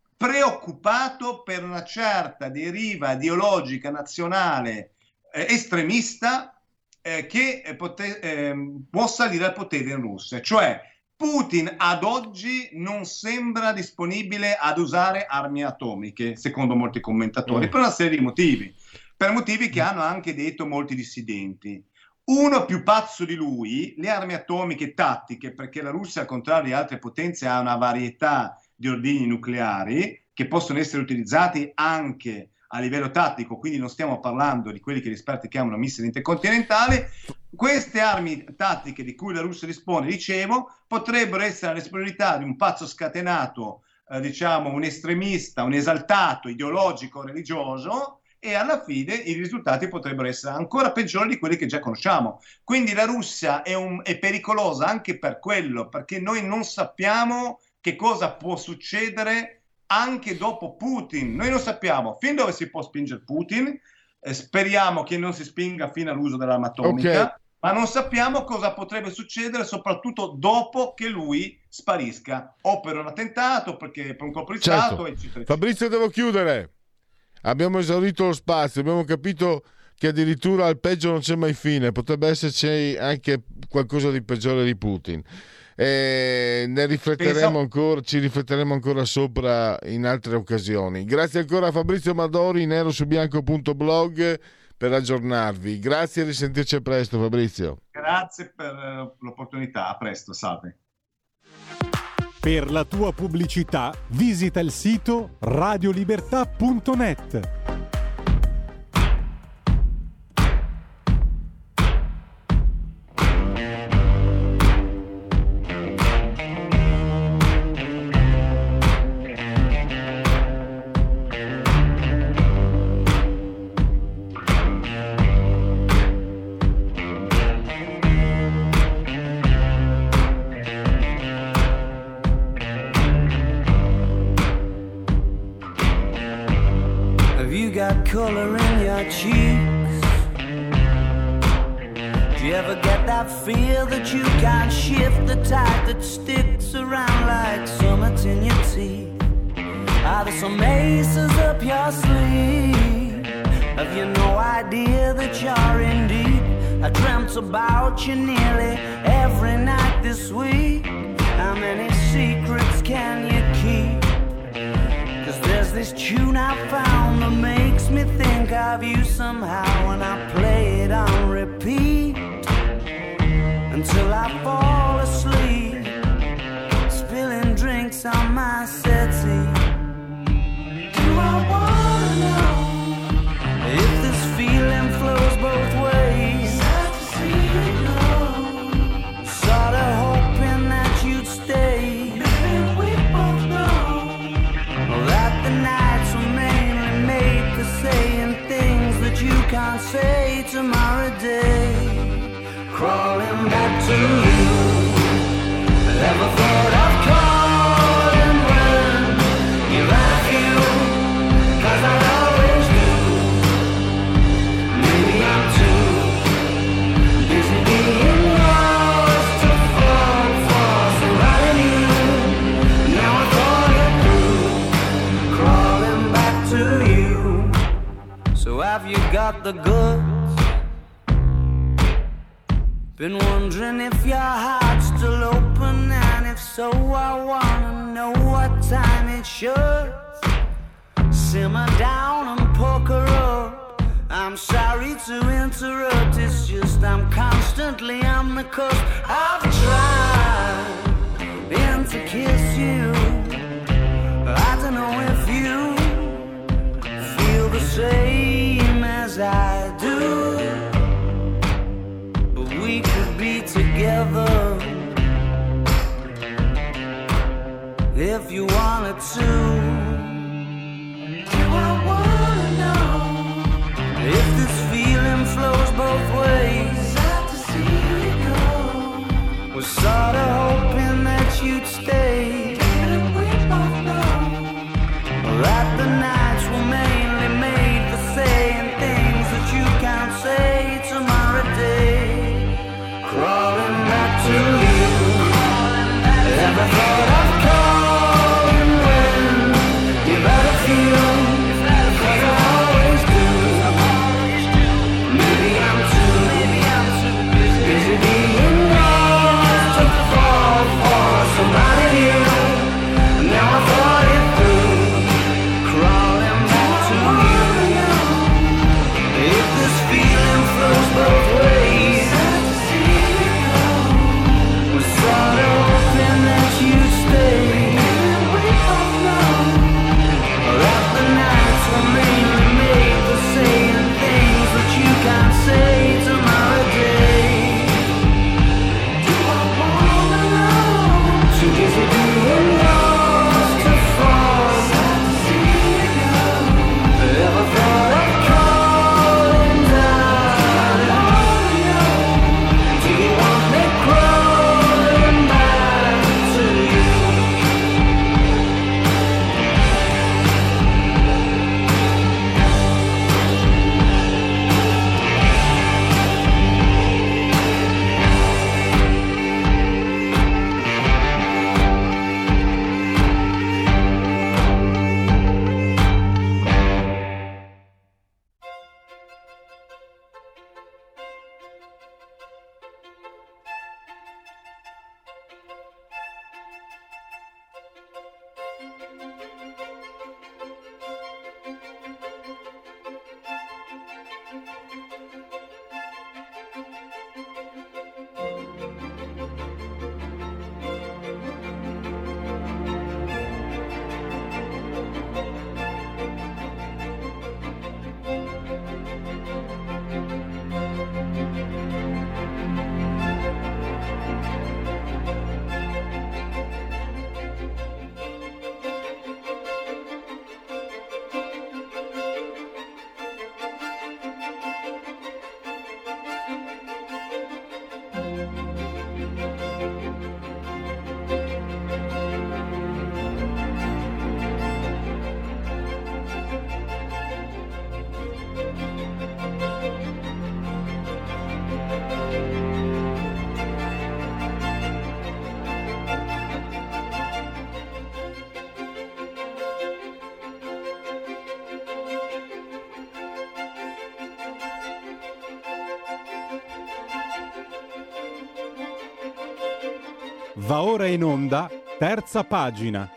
preoccupato per una certa deriva ideologica nazionale eh, estremista eh, che eh, pote- eh, può salire al potere in Russia. Cioè Putin ad oggi non sembra disponibile ad usare armi atomiche, secondo molti commentatori, mm. per una serie di motivi, per motivi che hanno anche detto molti dissidenti. Uno più pazzo di lui, le armi atomiche tattiche, perché la Russia, al contrario di altre potenze, ha una varietà di ordigni nucleari che possono essere utilizzati anche a livello tattico, quindi non stiamo parlando di quelli che gli esperti chiamano missili intercontinentali. Queste armi tattiche di cui la Russia dispone, dicevo, potrebbero essere la disponibilità di un pazzo scatenato, eh, diciamo un estremista, un esaltato ideologico religioso, e alla fine i risultati potrebbero essere ancora peggiori di quelli che già conosciamo. Quindi la Russia è, un, è pericolosa anche per quello, perché noi non sappiamo che cosa può succedere anche dopo Putin. Noi non sappiamo fin dove si può spingere Putin, eh, speriamo che non si spinga fino all'uso dell'arma atomica, okay. ma non sappiamo cosa potrebbe succedere soprattutto dopo che lui sparisca, o per un attentato, perché per un colpo di certo. Stato, eccetera, eccetera. Fabrizio, devo chiudere. Abbiamo esaurito lo spazio, abbiamo capito che addirittura al peggio non c'è mai fine, potrebbe esserci anche qualcosa di peggiore di Putin. E ne rifletteremo Penso... ancora, ci rifletteremo ancora sopra in altre occasioni. Grazie ancora a Fabrizio Madori, nero su bianco punto blog, per aggiornarvi. Grazie e risentirci a presto, Fabrizio. Grazie per l'opportunità, a presto, salve. Per la tua pubblicità visita il sito radiolibertà punto net. Color in your cheeks. Do you ever get that feel that you can't shift, the type that sticks around like summits in your teeth? Are there some aces up your sleeve? Have you no idea that you're in deep? I dreamt about you nearly every night this week. How many secrets can you keep? There's this tune I found that makes me think of you somehow, and I play it on repeat until I fall asleep, spilling drinks on my settee. Do I wanna know if this feeling flows both ways? Sad to see you go, sorta hoping that you'd stay. Maybe we both know that the nights were mainly made for saying things that you can't say tomorrow day. Crawling back to you, never thought of calling when you're at you, cause I always do. Maybe I'm too busy being lost to fall for somebody new. Now I thought it through, crawling back to you. So have you got the goods? Been wondering if your heart's still open, and if so, I wanna know what time it should. Simmer down and poker up. I'm sorry to interrupt, it's just I'm constantly on the cusp. I've tried been to kiss you. I don't know if you feel the same as I do. We could be together if you wanted to. Do I wanna know if this feeling flows both ways? Sad to see you go. Was sorta hoping that you'd stay. Didn't we both know that the nights were mainly made for saying things that you can't say tomorrow day? Crawling back to you. Ever thought of calling when you better feel? Cause I always do. Maybe I'm too, maybe I'm too busy, busy being lost to fall for somebody new. Now I thought it through. Crawling back to you. If this feeling flows both ways, was sort of hoping that you'd stay. We both know that the nights were mainly made for saying things that you can't say tomorrow day. Do I wanna know? Too busy being lost to fall. Sad to see you go. Ever thought of calling down? I wanna know. Do you want me crawling back to you? Va ora in onda, terza pagina.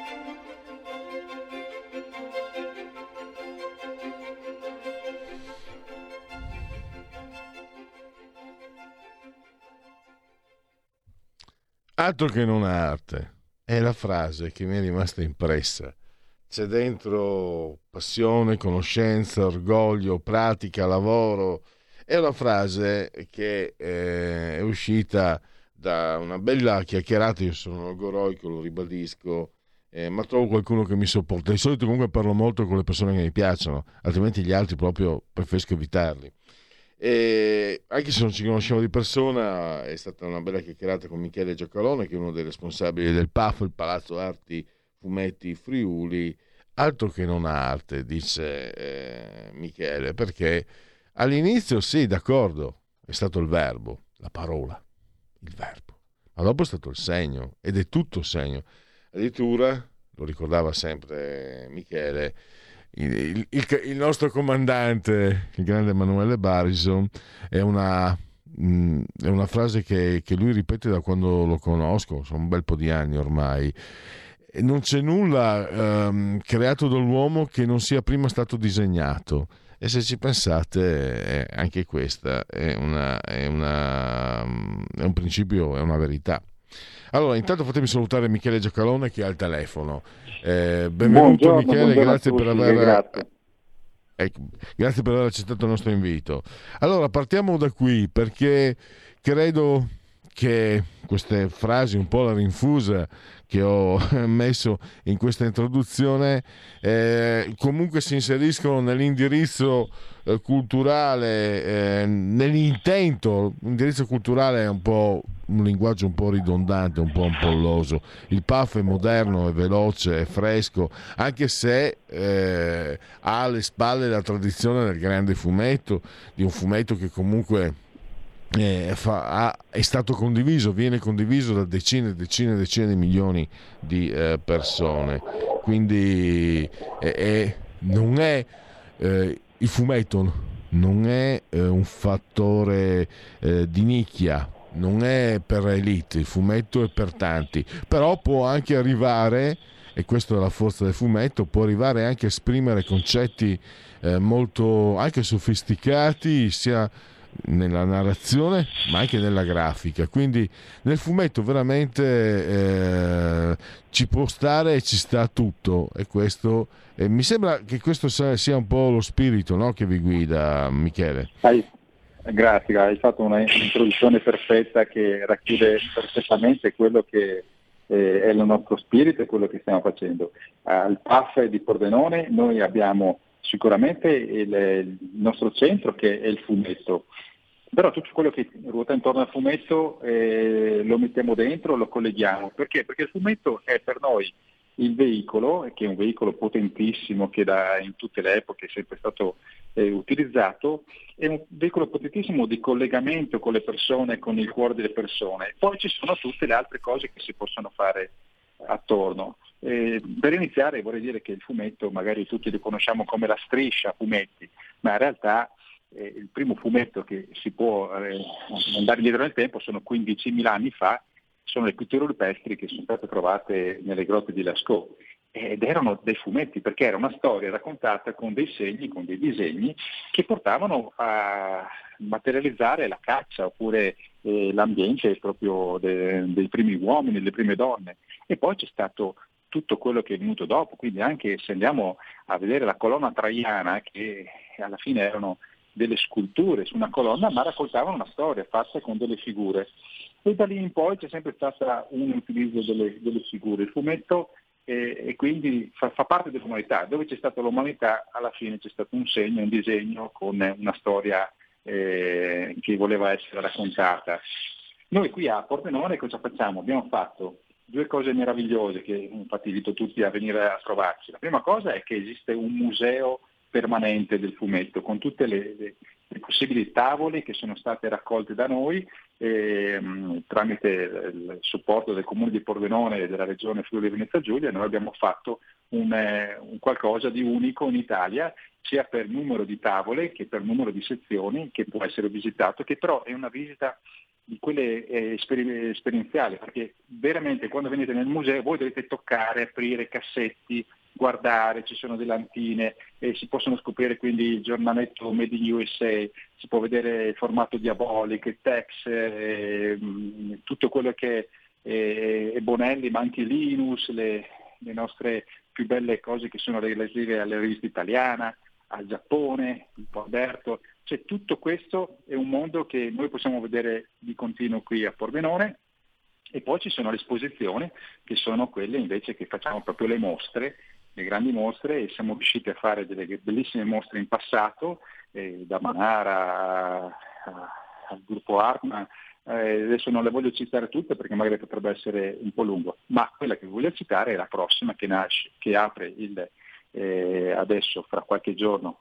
Altro che non arte, è la frase che mi è rimasta impressa. C'è dentro passione, conoscenza, orgoglio, pratica, lavoro. È una frase che eh, è uscita da una bella chiacchierata. Io sono algoroico, lo ribadisco, eh, ma trovo qualcuno che mi sopporta. Di solito comunque parlo molto con le persone che mi piacciono, altrimenti gli altri proprio preferisco evitarli. E anche se non ci conosciamo di persona, è stata una bella chiacchierata con Michele Giacalone, che è uno dei responsabili del P A F, il Palazzo Arti Fumetti Friuli. Altro che non arte, dice eh, Michele, perché all'inizio sì, d'accordo, è stato il verbo, la parola, il verbo, ma dopo è stato il segno, ed è tutto segno. Addirittura, lo ricordava sempre Michele, il, il, il nostro comandante, il grande Emanuele Barison, è una, mh, è una frase che, che lui ripete da quando lo conosco, sono un bel po' di anni ormai. Non c'è nulla ehm, creato dall'uomo che non sia prima stato disegnato. E se ci pensate, eh, anche questa è, una, è, una, è un principio, è una verità. Allora, intanto fatemi salutare Michele Giacalone che è al telefono. Eh, benvenuto buongiorno, Michele, buongiorno grazie, per aver, grazie. Ecco, grazie per aver accettato il nostro invito. Allora, partiamo da qui perché credo che queste frasi, un po' la rinfusa che ho messo in questa introduzione, eh, comunque si inseriscono nell'indirizzo eh, culturale, eh, nell'intento. L'indirizzo culturale è un po' un linguaggio un po' ridondante, un po' ampolloso. Il P A F è moderno, è veloce, è fresco, anche se eh, ha alle spalle la tradizione del grande fumetto, di un fumetto che comunque Eh, fa, ha, è stato condiviso, viene condiviso da decine e decine e decine di milioni di eh, persone. Quindi eh, è, non è eh, il fumetto non è eh, un fattore eh, di nicchia, non è per elite, il fumetto è per tanti, però può anche arrivare, e questa è la forza del fumetto, può arrivare anche a esprimere concetti eh, molto anche sofisticati, sia nella narrazione ma anche nella grafica. Quindi nel fumetto veramente eh, ci può stare e ci sta tutto, e questo eh, mi sembra che questo sia un po' lo spirito, no, che vi guida, Michele. Hai, grazie, hai fatto un'introduzione perfetta che racchiude perfettamente quello che eh, è il nostro spirito e quello che stiamo facendo. Al P A F di Pordenone noi abbiamo sicuramente il, il nostro centro, che è il fumetto, però tutto quello che ruota intorno al fumetto eh, lo mettiamo dentro, lo colleghiamo. Perché? Perché il fumetto è per noi il veicolo, che è un veicolo potentissimo, che da, in tutte le epoche è sempre stato eh, utilizzato, è un veicolo potentissimo di collegamento con le persone, con il cuore delle persone. Poi ci sono tutte le altre cose che si possono fare attorno. Eh, per iniziare vorrei dire che il fumetto magari tutti lo conosciamo come la striscia a fumetti, ma in realtà eh, il primo fumetto che si può eh, andare indietro nel tempo sono quindicimila anni fa, sono le pitture rupestri che sono state trovate nelle grotte di Lascaux, ed erano dei fumetti perché era una storia raccontata con dei segni, con dei disegni che portavano a materializzare la caccia oppure eh, l'ambiente proprio de, dei primi uomini, delle prime donne. E poi c'è stato tutto quello che è venuto dopo, quindi anche se andiamo a vedere la colonna traiana, che alla fine erano delle sculture su una colonna, ma raccontavano una storia fatta con delle figure. E da lì in poi c'è sempre stato un utilizzo delle, delle figure. Il fumetto eh, e quindi fa, fa parte dell'umanità. Dove c'è stata l'umanità, alla fine c'è stato un segno, un disegno con una storia eh, che voleva essere raccontata. Noi qui a Pordenone cosa facciamo? Abbiamo fatto due cose meravigliose che infatti invito tutti a venire a trovarci. La prima cosa è che esiste un museo permanente del fumetto con tutte le, le, le possibili tavole che sono state raccolte da noi eh, tramite il supporto del Comune di Pordenone e della Regione Friuli Venezia Giulia. Noi abbiamo fatto un, eh, un qualcosa di unico in Italia, sia per numero di tavole che per numero di sezioni, che può essere visitato, che però è una visita di quelle eh, esper- esperienziali, perché veramente quando venite nel museo voi dovete toccare, aprire cassetti, guardare, ci sono delle lantine e si possono scoprire quindi il giornaletto Made in U S A, si può vedere il formato Diabolic, il Tex, eh, tutto quello che è, è Bonelli, ma anche Linus, le, le nostre più belle cose che sono relative alla rivista italiana, al Giappone, il Alberto. Cioè tutto questo è un mondo che noi possiamo vedere di continuo qui a Pordenone. E poi ci sono le esposizioni, che sono quelle invece che facciamo proprio le mostre, le grandi mostre, e siamo riusciti a fare delle bellissime mostre in passato, eh, da Manara a, a, al gruppo Arma. Eh, adesso non le voglio citare tutte perché magari potrebbe essere un po' lungo, ma quella che voglio citare è la prossima che nasce, che apre il, eh, adesso fra qualche giorno,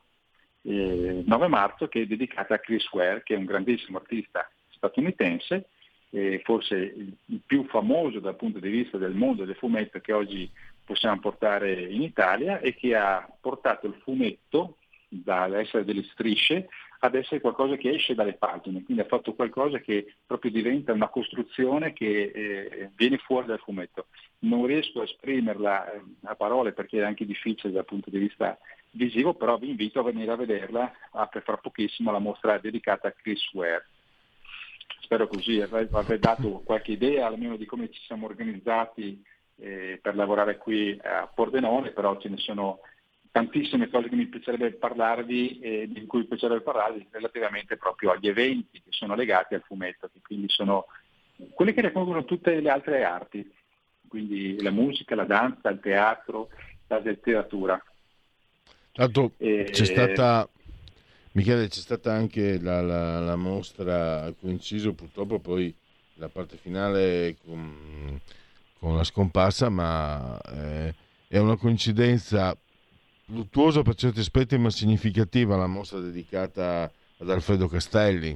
eh, nove marzo, che è dedicata a Chris Ware, che è un grandissimo artista statunitense, eh, forse il, il più famoso dal punto di vista del mondo del fumetto che oggi possiamo portare in Italia, e che ha portato il fumetto dall'essere delle strisce ad essere qualcosa che esce dalle pagine, quindi ha fatto qualcosa che proprio diventa una costruzione che eh, viene fuori dal fumetto. Non riesco a esprimerla eh, a parole perché è anche difficile dal punto di vista visivo, però vi invito a venire a vederla, apre fra pochissimo la mostra dedicata a Chris Ware. Spero così aver dato qualche idea almeno di come ci siamo organizzati eh, per lavorare qui a Pordenone, però ce ne sono tantissime cose che mi piacerebbe parlarvi e di cui mi piacerebbe parlarvi relativamente proprio agli eventi che sono legati al fumetto, che quindi sono quelle che raccontano tutte le altre arti, quindi la musica, la danza, il teatro, la letteratura. Tanto e... c'è stata, Michele, c'è stata anche la, la, la mostra a cui inciso purtroppo poi la parte finale con, con la scomparsa, ma eh, è una coincidenza luttuosa per certi aspetti ma significativa, la mostra dedicata ad Alfredo Castelli.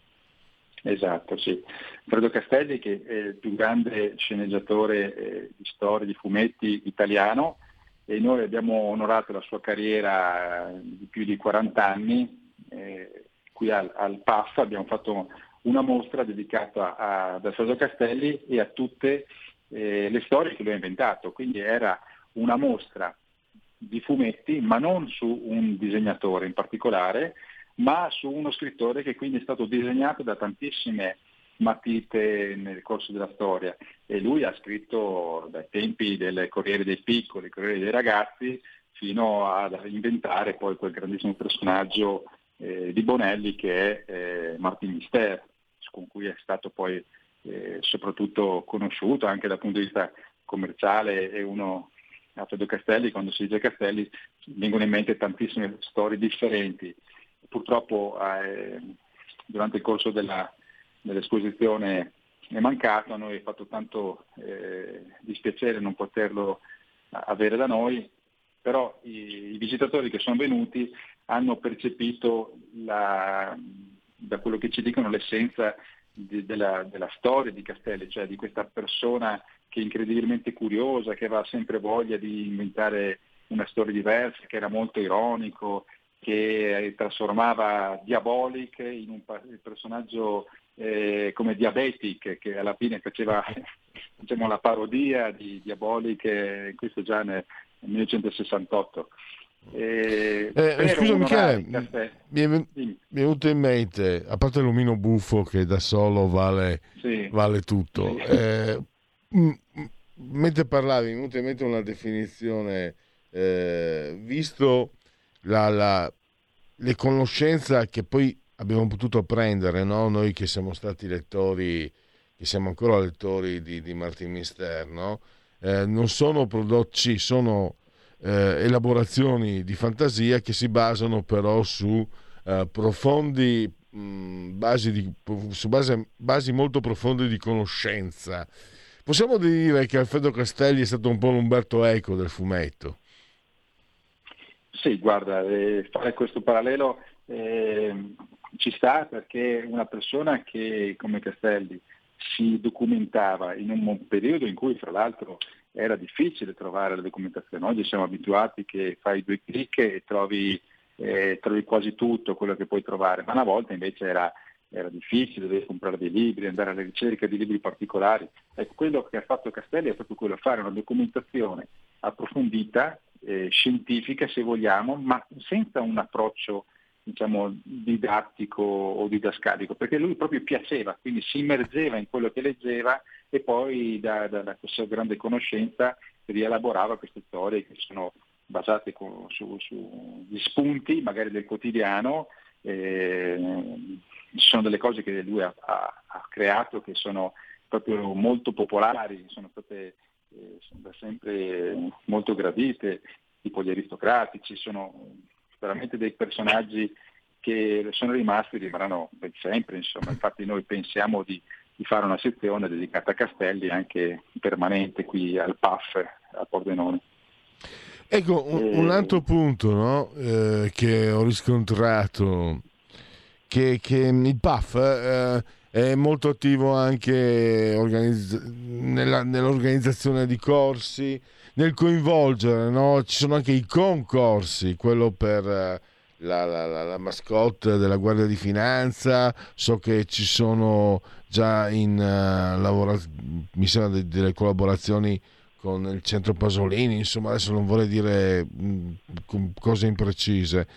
Esatto, sì. Alfredo Castelli, che è il più grande sceneggiatore eh, di storie, di fumetti italiano, e noi abbiamo onorato la sua carriera di più di quaranta anni. Eh, qui al, al P A F abbiamo fatto una mostra dedicata a, ad Alfredo Castelli e a tutte eh, le storie che lui ha inventato. Quindi era una mostra di fumetti, ma non su un disegnatore in particolare, ma su uno scrittore che quindi è stato disegnato da tantissime matite nel corso della storia, e lui ha scritto dai tempi del Corriere dei Piccoli, Corriere dei Ragazzi, fino ad inventare poi quel grandissimo personaggio eh, di Bonelli che è eh, Martin Mister, con cui è stato poi eh, soprattutto conosciuto anche dal punto di vista commerciale. È uno, Alfredo Castelli, quando si dice Castelli vengono in mente tantissime storie differenti. Purtroppo eh, durante il corso della, dell'esposizione è mancato, a noi è fatto tanto eh, dispiacere non poterlo avere da noi, però i, i visitatori che sono venuti hanno percepito la, da quello che ci dicono l'essenza di, della, della storia di Castelli, cioè di questa persona che è incredibilmente curiosa, che aveva sempre voglia di inventare una storia diversa, che era molto ironico, che trasformava Diabolic in un personaggio eh, come Diabetic, che alla fine faceva diciamo, la parodia di Diabolic, eh, questo già nel millenovecentosessantotto. Eh, eh, scusa Michele, Castelli, mi è, mi è venuto in mente, a parte l'omino buffo che da solo vale, sì, vale tutto, sì. eh, m- mentre parlavi mi è venuta in mente una definizione, eh, visto La, la, le conoscenze che poi abbiamo potuto prendere, no? Noi che siamo stati lettori, che siamo ancora lettori di, di Martin Mister, no? Eh, non sono prodotti, sono eh, elaborazioni di fantasia che si basano però su eh, profondi mh, basi, di, su base, basi molto profonde di conoscenza. Possiamo dire che Alfredo Castelli è stato un po' l'Umberto Eco del fumetto? Sì, guarda, eh, fare questo parallelo eh, ci sta, perché una persona che come Castelli si documentava in un periodo in cui fra l'altro era difficile trovare la documentazione. Oggi siamo abituati che fai due clic e trovi, eh, trovi quasi tutto quello che puoi trovare, ma una volta invece era, era difficile, dovevi comprare dei libri, andare alla ricerca di libri particolari. Ecco, quello che ha fatto Castelli è proprio quello, fare una documentazione approfondita, Eh, scientifica se vogliamo, ma senza un approccio diciamo didattico o didascalico, perché lui proprio piaceva, quindi si immergeva in quello che leggeva e poi da, da, da questa grande conoscenza rielaborava queste storie che sono basate con, su, su gli spunti magari del quotidiano. Eh, ci sono delle cose che lui ha, ha, ha creato che sono proprio molto popolari, sono state Eh, sono da sempre molto gradite, tipo gli aristocratici, sono veramente dei personaggi che sono rimasti e rimarranno per sempre, insomma. Infatti noi pensiamo di, di fare una sezione dedicata a Castelli anche permanente qui al P A F a Pordenone. Ecco, un, e... un altro punto, no? eh, che ho riscontrato, che, che il P A F eh, è molto attivo anche organizz- nella, nell'organizzazione di corsi, nel coinvolgere, no? Ci sono anche i concorsi, quello per la, la, la, la mascotte della Guardia di Finanza. So che ci sono già in uh, lavora- mi sembra de- delle collaborazioni con il centro Pasolini, insomma adesso non vorrei dire mh, cose imprecise,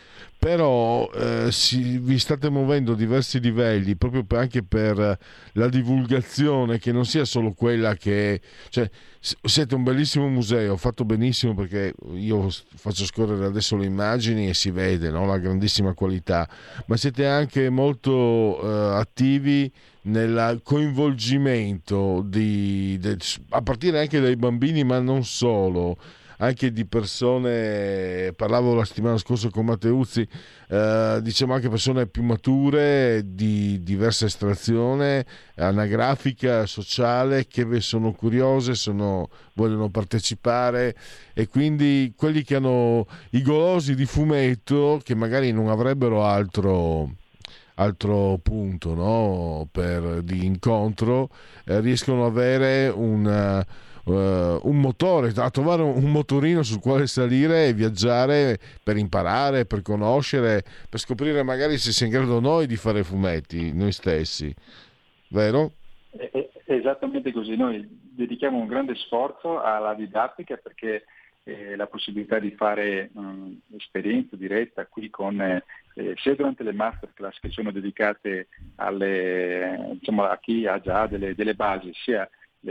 però eh, si, vi state muovendo a diversi livelli proprio per, anche per la divulgazione, che non sia solo quella che, cioè, siete un bellissimo museo, fatto benissimo, perché io faccio scorrere adesso le immagini e si vede, no, la grandissima qualità, ma siete anche molto eh, attivi nel coinvolgimento di, de, a partire anche dai bambini, ma non solo, anche di persone. Parlavo la settimana scorsa con Matteuzzi, eh, diciamo anche persone più mature di diversa estrazione anagrafica, sociale, che sono curiose, sono, vogliono partecipare, e quindi quelli che hanno i golosi di fumetto, che magari non avrebbero altro altro punto, no, per, di incontro, eh, riescono ad avere un Uh, un motore, a trovare un motorino sul quale salire e viaggiare per imparare, per conoscere, per scoprire magari se siamo in grado noi di fare fumetti noi stessi, vero? È esattamente così. Noi dedichiamo un grande sforzo alla didattica, perché eh, la possibilità di fare um, esperienza diretta qui con eh, sia durante le masterclass che sono dedicate alle, diciamo, a chi ha già delle, delle basi, sia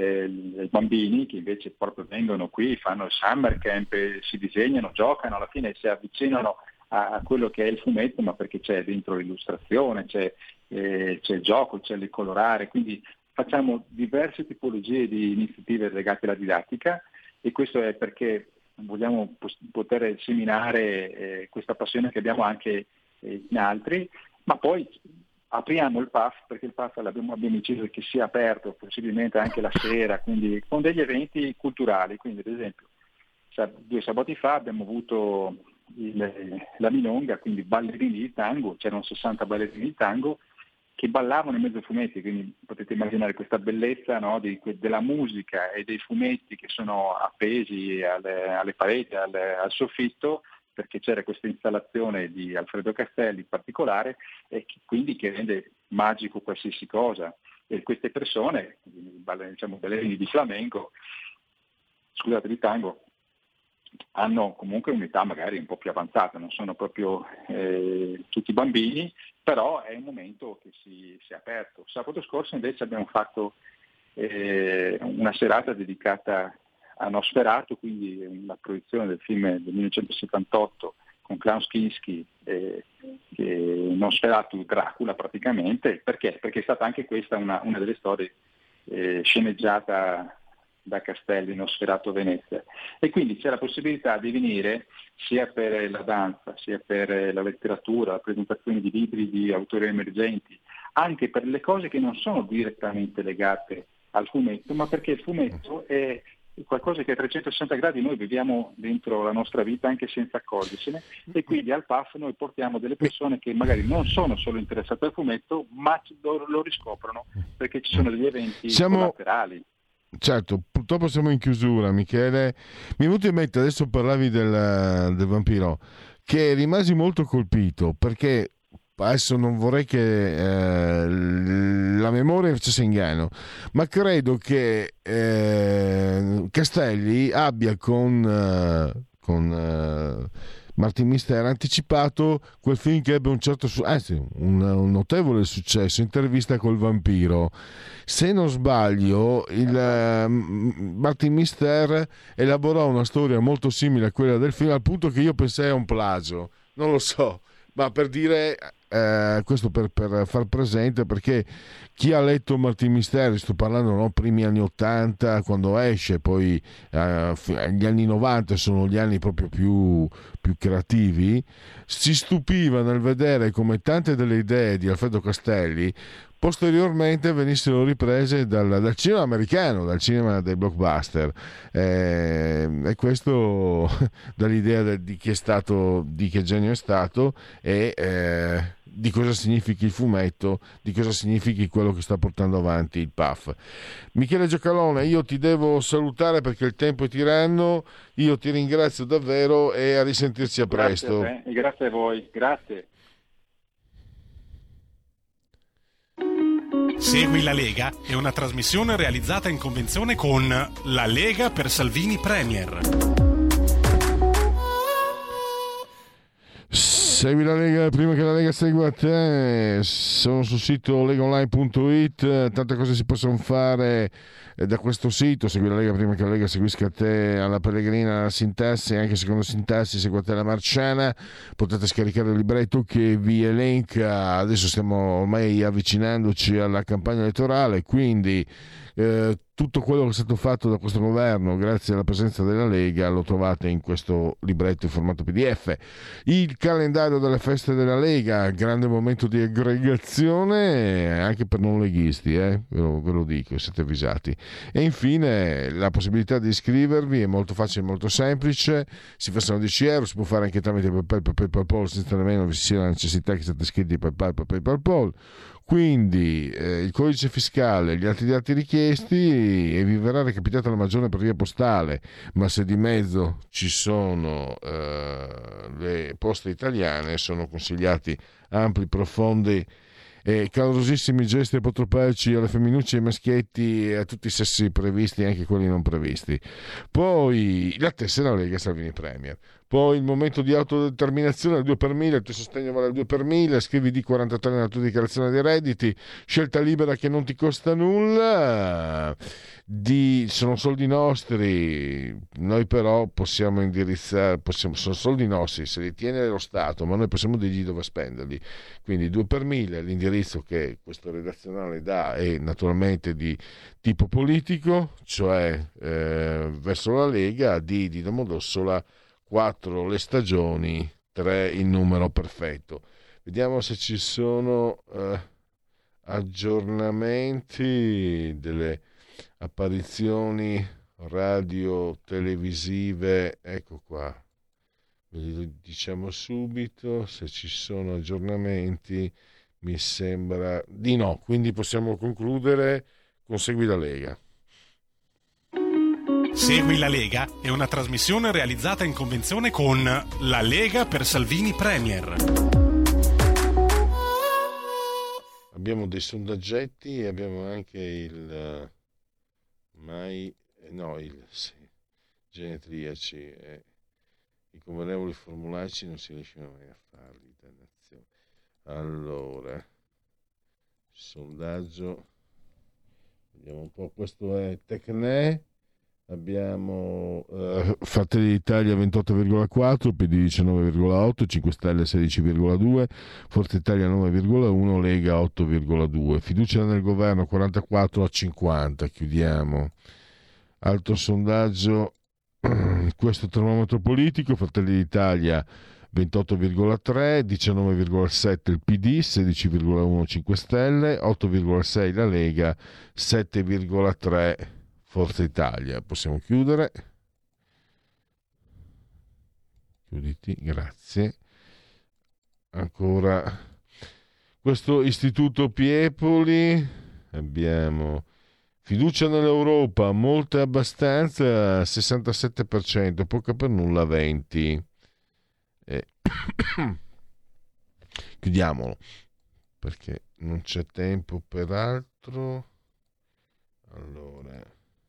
i bambini che invece proprio vengono qui, fanno il summer camp, si disegnano, giocano, alla fine si avvicinano a quello che è il fumetto, ma perché c'è dentro l'illustrazione, c'è, eh, c'è il gioco, c'è il colorare, quindi facciamo diverse tipologie di iniziative legate alla didattica, e questo è perché vogliamo poter seminare eh, questa passione che abbiamo anche eh, in altri, ma poi apriamo il P A F, perché il P A F abbiamo, abbiamo deciso che sia aperto possibilmente anche la sera, quindi con degli eventi culturali. Quindi ad esempio due sabati fa abbiamo avuto il, la milonga, quindi ballerini di tango, c'erano sessanta ballerini di tango che ballavano in mezzo ai fumetti, quindi potete immaginare questa bellezza, no, di, della musica e dei fumetti che sono appesi alle, alle pareti, al, al soffitto, perché c'era questa installazione di Alfredo Castelli in particolare, e che, quindi che rende magico qualsiasi cosa. E queste persone, diciamo ballerini di flamenco, scusate, di tango, hanno comunque un'età magari un po' più avanzata, non sono proprio eh, tutti bambini, però è un momento che si, si è aperto. Sabato scorso invece abbiamo fatto eh, una serata dedicata a Nosferatu, quindi la proiezione del film del millenovecentosettantotto con Klaus Kinski, eh, Nosferatu Dracula praticamente. Perché? Perché è stata anche questa una, una delle storie eh, sceneggiata da Castelli, Nosferatu a Venezia, e quindi c'è la possibilità di venire sia per la danza, sia per la letteratura, la presentazione di libri di autori emergenti, anche per le cose che non sono direttamente legate al fumetto, ma perché il fumetto è qualcosa che a trecentosessanta gradi noi viviamo dentro la nostra vita anche senza accorgersene, e quindi al P A F noi portiamo delle persone che magari non sono solo interessate al fumetto, ma lo, lo riscoprono perché ci sono degli eventi Siamo... collaterali. Certo, purtroppo siamo in chiusura, Michele. Mi è venuto in mente, adesso parlavi del, del vampiro, che rimasi molto colpito, perché adesso non vorrei che eh, la memoria facesse inganno, ma credo che eh, Castelli abbia con, eh, con eh, Martin Mister anticipato quel film che ebbe un certo su- anzi un, un notevole successo, Intervista col vampiro. Se non sbaglio, il uh, Martin Mister elaborò una storia molto simile a quella del film, al punto che io pensai a un plagio, non lo so, ma per dire eh, questo per, per far presente, perché chi ha letto Martin Misteri, sto parlando, no, primi anni ottanta quando esce, poi eh, gli anni novanta sono gli anni proprio più, più creativi, si stupiva nel vedere come tante delle idee di Alfredo Castelli posteriormente venissero riprese dal, dal cinema americano, dal cinema dei blockbuster, eh, e questo dall'idea de, di chi è stato, di che genio è stato, e eh, di cosa significhi il fumetto, di cosa significhi quello che sta portando avanti il P A F. Michele Giacalone, io ti devo salutare perché il tempo è tiranno, io ti ringrazio davvero e a risentirci a presto. Grazie a te e grazie a voi, grazie. Segui la Lega è una trasmissione realizzata in convenzione con La Lega per Salvini Premier. Segui la Lega prima che la Lega segua te. Sono sul sito legaonline punto it, tante cose si possono fare da questo sito. Segui la Lega prima che la Lega seguisca te, alla Pellegrina, alla Sintassi, anche secondo Sintassi segua te la Marciana. Potete scaricare il libretto che vi elenca. Adesso stiamo ormai avvicinandoci alla campagna elettorale, quindi eh, tutto quello che è stato fatto da questo governo grazie alla presenza della Lega lo trovate in questo libretto in formato P D F. Il calendario delle feste della Lega, grande momento di aggregazione anche per non leghisti, eh? ve, lo, ve lo dico, siete avvisati. E infine la possibilità di iscrivervi è molto facile, molto semplice, si versano dieci euro, si può fare anche tramite PayPal, PayPal, PayPal, senza nemmeno vi sia la necessità che siate iscritti a PayPal, PayPal, PayPal. Quindi eh, il codice fiscale, gli altri dati richiesti, e vi verrà recapitata la maggiore per via postale, ma se di mezzo ci sono eh, le poste italiane sono consigliati ampli, profondi e calorosissimi gesti apotropaici alle femminucce, ai maschietti e a tutti i sessi previsti e anche quelli non previsti. Poi la tessera Lega Salvini Premier. Poi il momento di autodeterminazione al due per mille, il tuo sostegno vale al due per mille, scrivi D quarantatré nella tua dichiarazione dei redditi, scelta libera che non ti costa nulla, di, sono soldi nostri, noi però possiamo indirizzare, possiamo, sono soldi nostri, se li tiene lo Stato, ma noi possiamo dirgli dove spenderli, quindi due per mille, l'indirizzo che questo redazionale dà è naturalmente di tipo politico, cioè eh, verso la Lega, D di Domodossola, quattro le stagioni, tre il numero perfetto. Vediamo se ci sono eh, aggiornamenti delle apparizioni radio televisive. Ecco qua, ve lo diciamo subito se ci sono aggiornamenti. Mi sembra di no, quindi possiamo concludere con Segui la Lega. Segui la Lega è una trasmissione realizzata in convenzione con La Lega per Salvini Premier. Abbiamo dei sondaggetti e abbiamo anche il mai no il sì, genetriaci e i convenevoli formulaici non si riescono mai a farli, dannazione. Allora, sondaggio, vediamo un po', questo è Tecne. Abbiamo uh, Fratelli d'Italia ventotto virgola quattro, P D diciannove virgola otto, cinque Stelle sedici virgola due, Forza Italia nove virgola uno, Lega otto virgola due. Fiducia nel governo quarantaquattro a cinquanta. Chiudiamo. Altro sondaggio, questo termometro politico, Fratelli d'Italia ventotto virgola tre, diciannove virgola sette il P D, sedici virgola uno cinque Stelle, otto virgola sei la Lega, sette virgola tre Forza Italia. Possiamo chiudere. Chiuditi, grazie. Ancora questo Istituto Piepoli. Abbiamo fiducia nell'Europa, molta e abbastanza, sessantasette per cento, poca per nulla, venti. E chiudiamolo perché non c'è tempo per altro. Allora,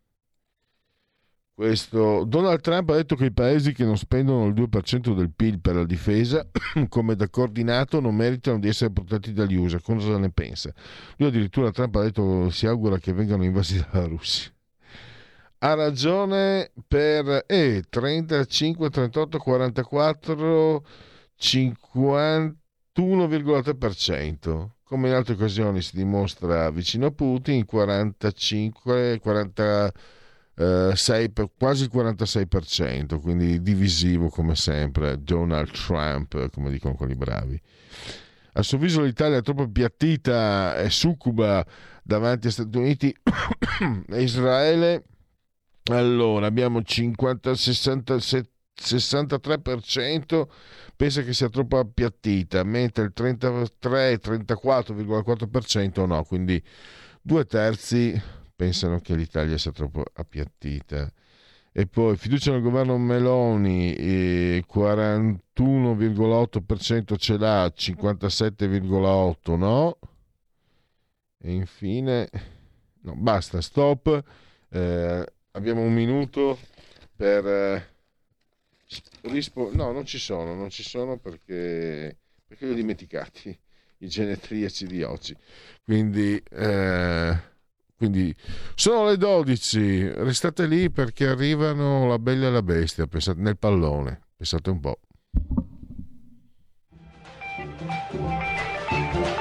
questo Donald Trump ha detto che i paesi che non spendono il due per cento del P I L per la difesa come da coordinato non meritano di essere protetti dagli U S A. Cosa ne pensa? Lui addirittura Trump ha detto si augura che vengano invasi dalla Russia. Ha ragione per eh, trentacinque, trentotto, quarantaquattro, cinquantuno virgola tre per cento. Come in altre occasioni si dimostra vicino a Putin, quarantacinque, quarantasei, quasi il quarantasei per cento, quindi divisivo come sempre. Donald Trump, come dicono quelli bravi. A suo avviso l'Italia è troppo appiattita e succuba davanti a Stati Uniti e Israele. Allora abbiamo cinquanta, sessanta, sessantatré per cento pensa che sia troppo appiattita, mentre il trentatré trentaquattro virgola quattro per cento no, quindi due terzi pensano che l'Italia sia troppo appiattita. E poi fiducia nel governo Meloni, eh, quarantuno virgola otto per cento ce l'ha, cinquantasette virgola otto no. E infine no, basta, stop. Eh, abbiamo un minuto per eh, rispo- no, non ci sono, non ci sono perché perché li ho dimenticati i genetriaci di oggi. Quindi, eh, quindi sono le dodici, restate lì perché arrivano La Bella e la Bestia, pensate, nel pallone, pensate un po'.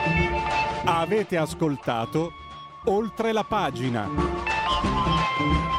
Avete ascoltato Oltre la pagina.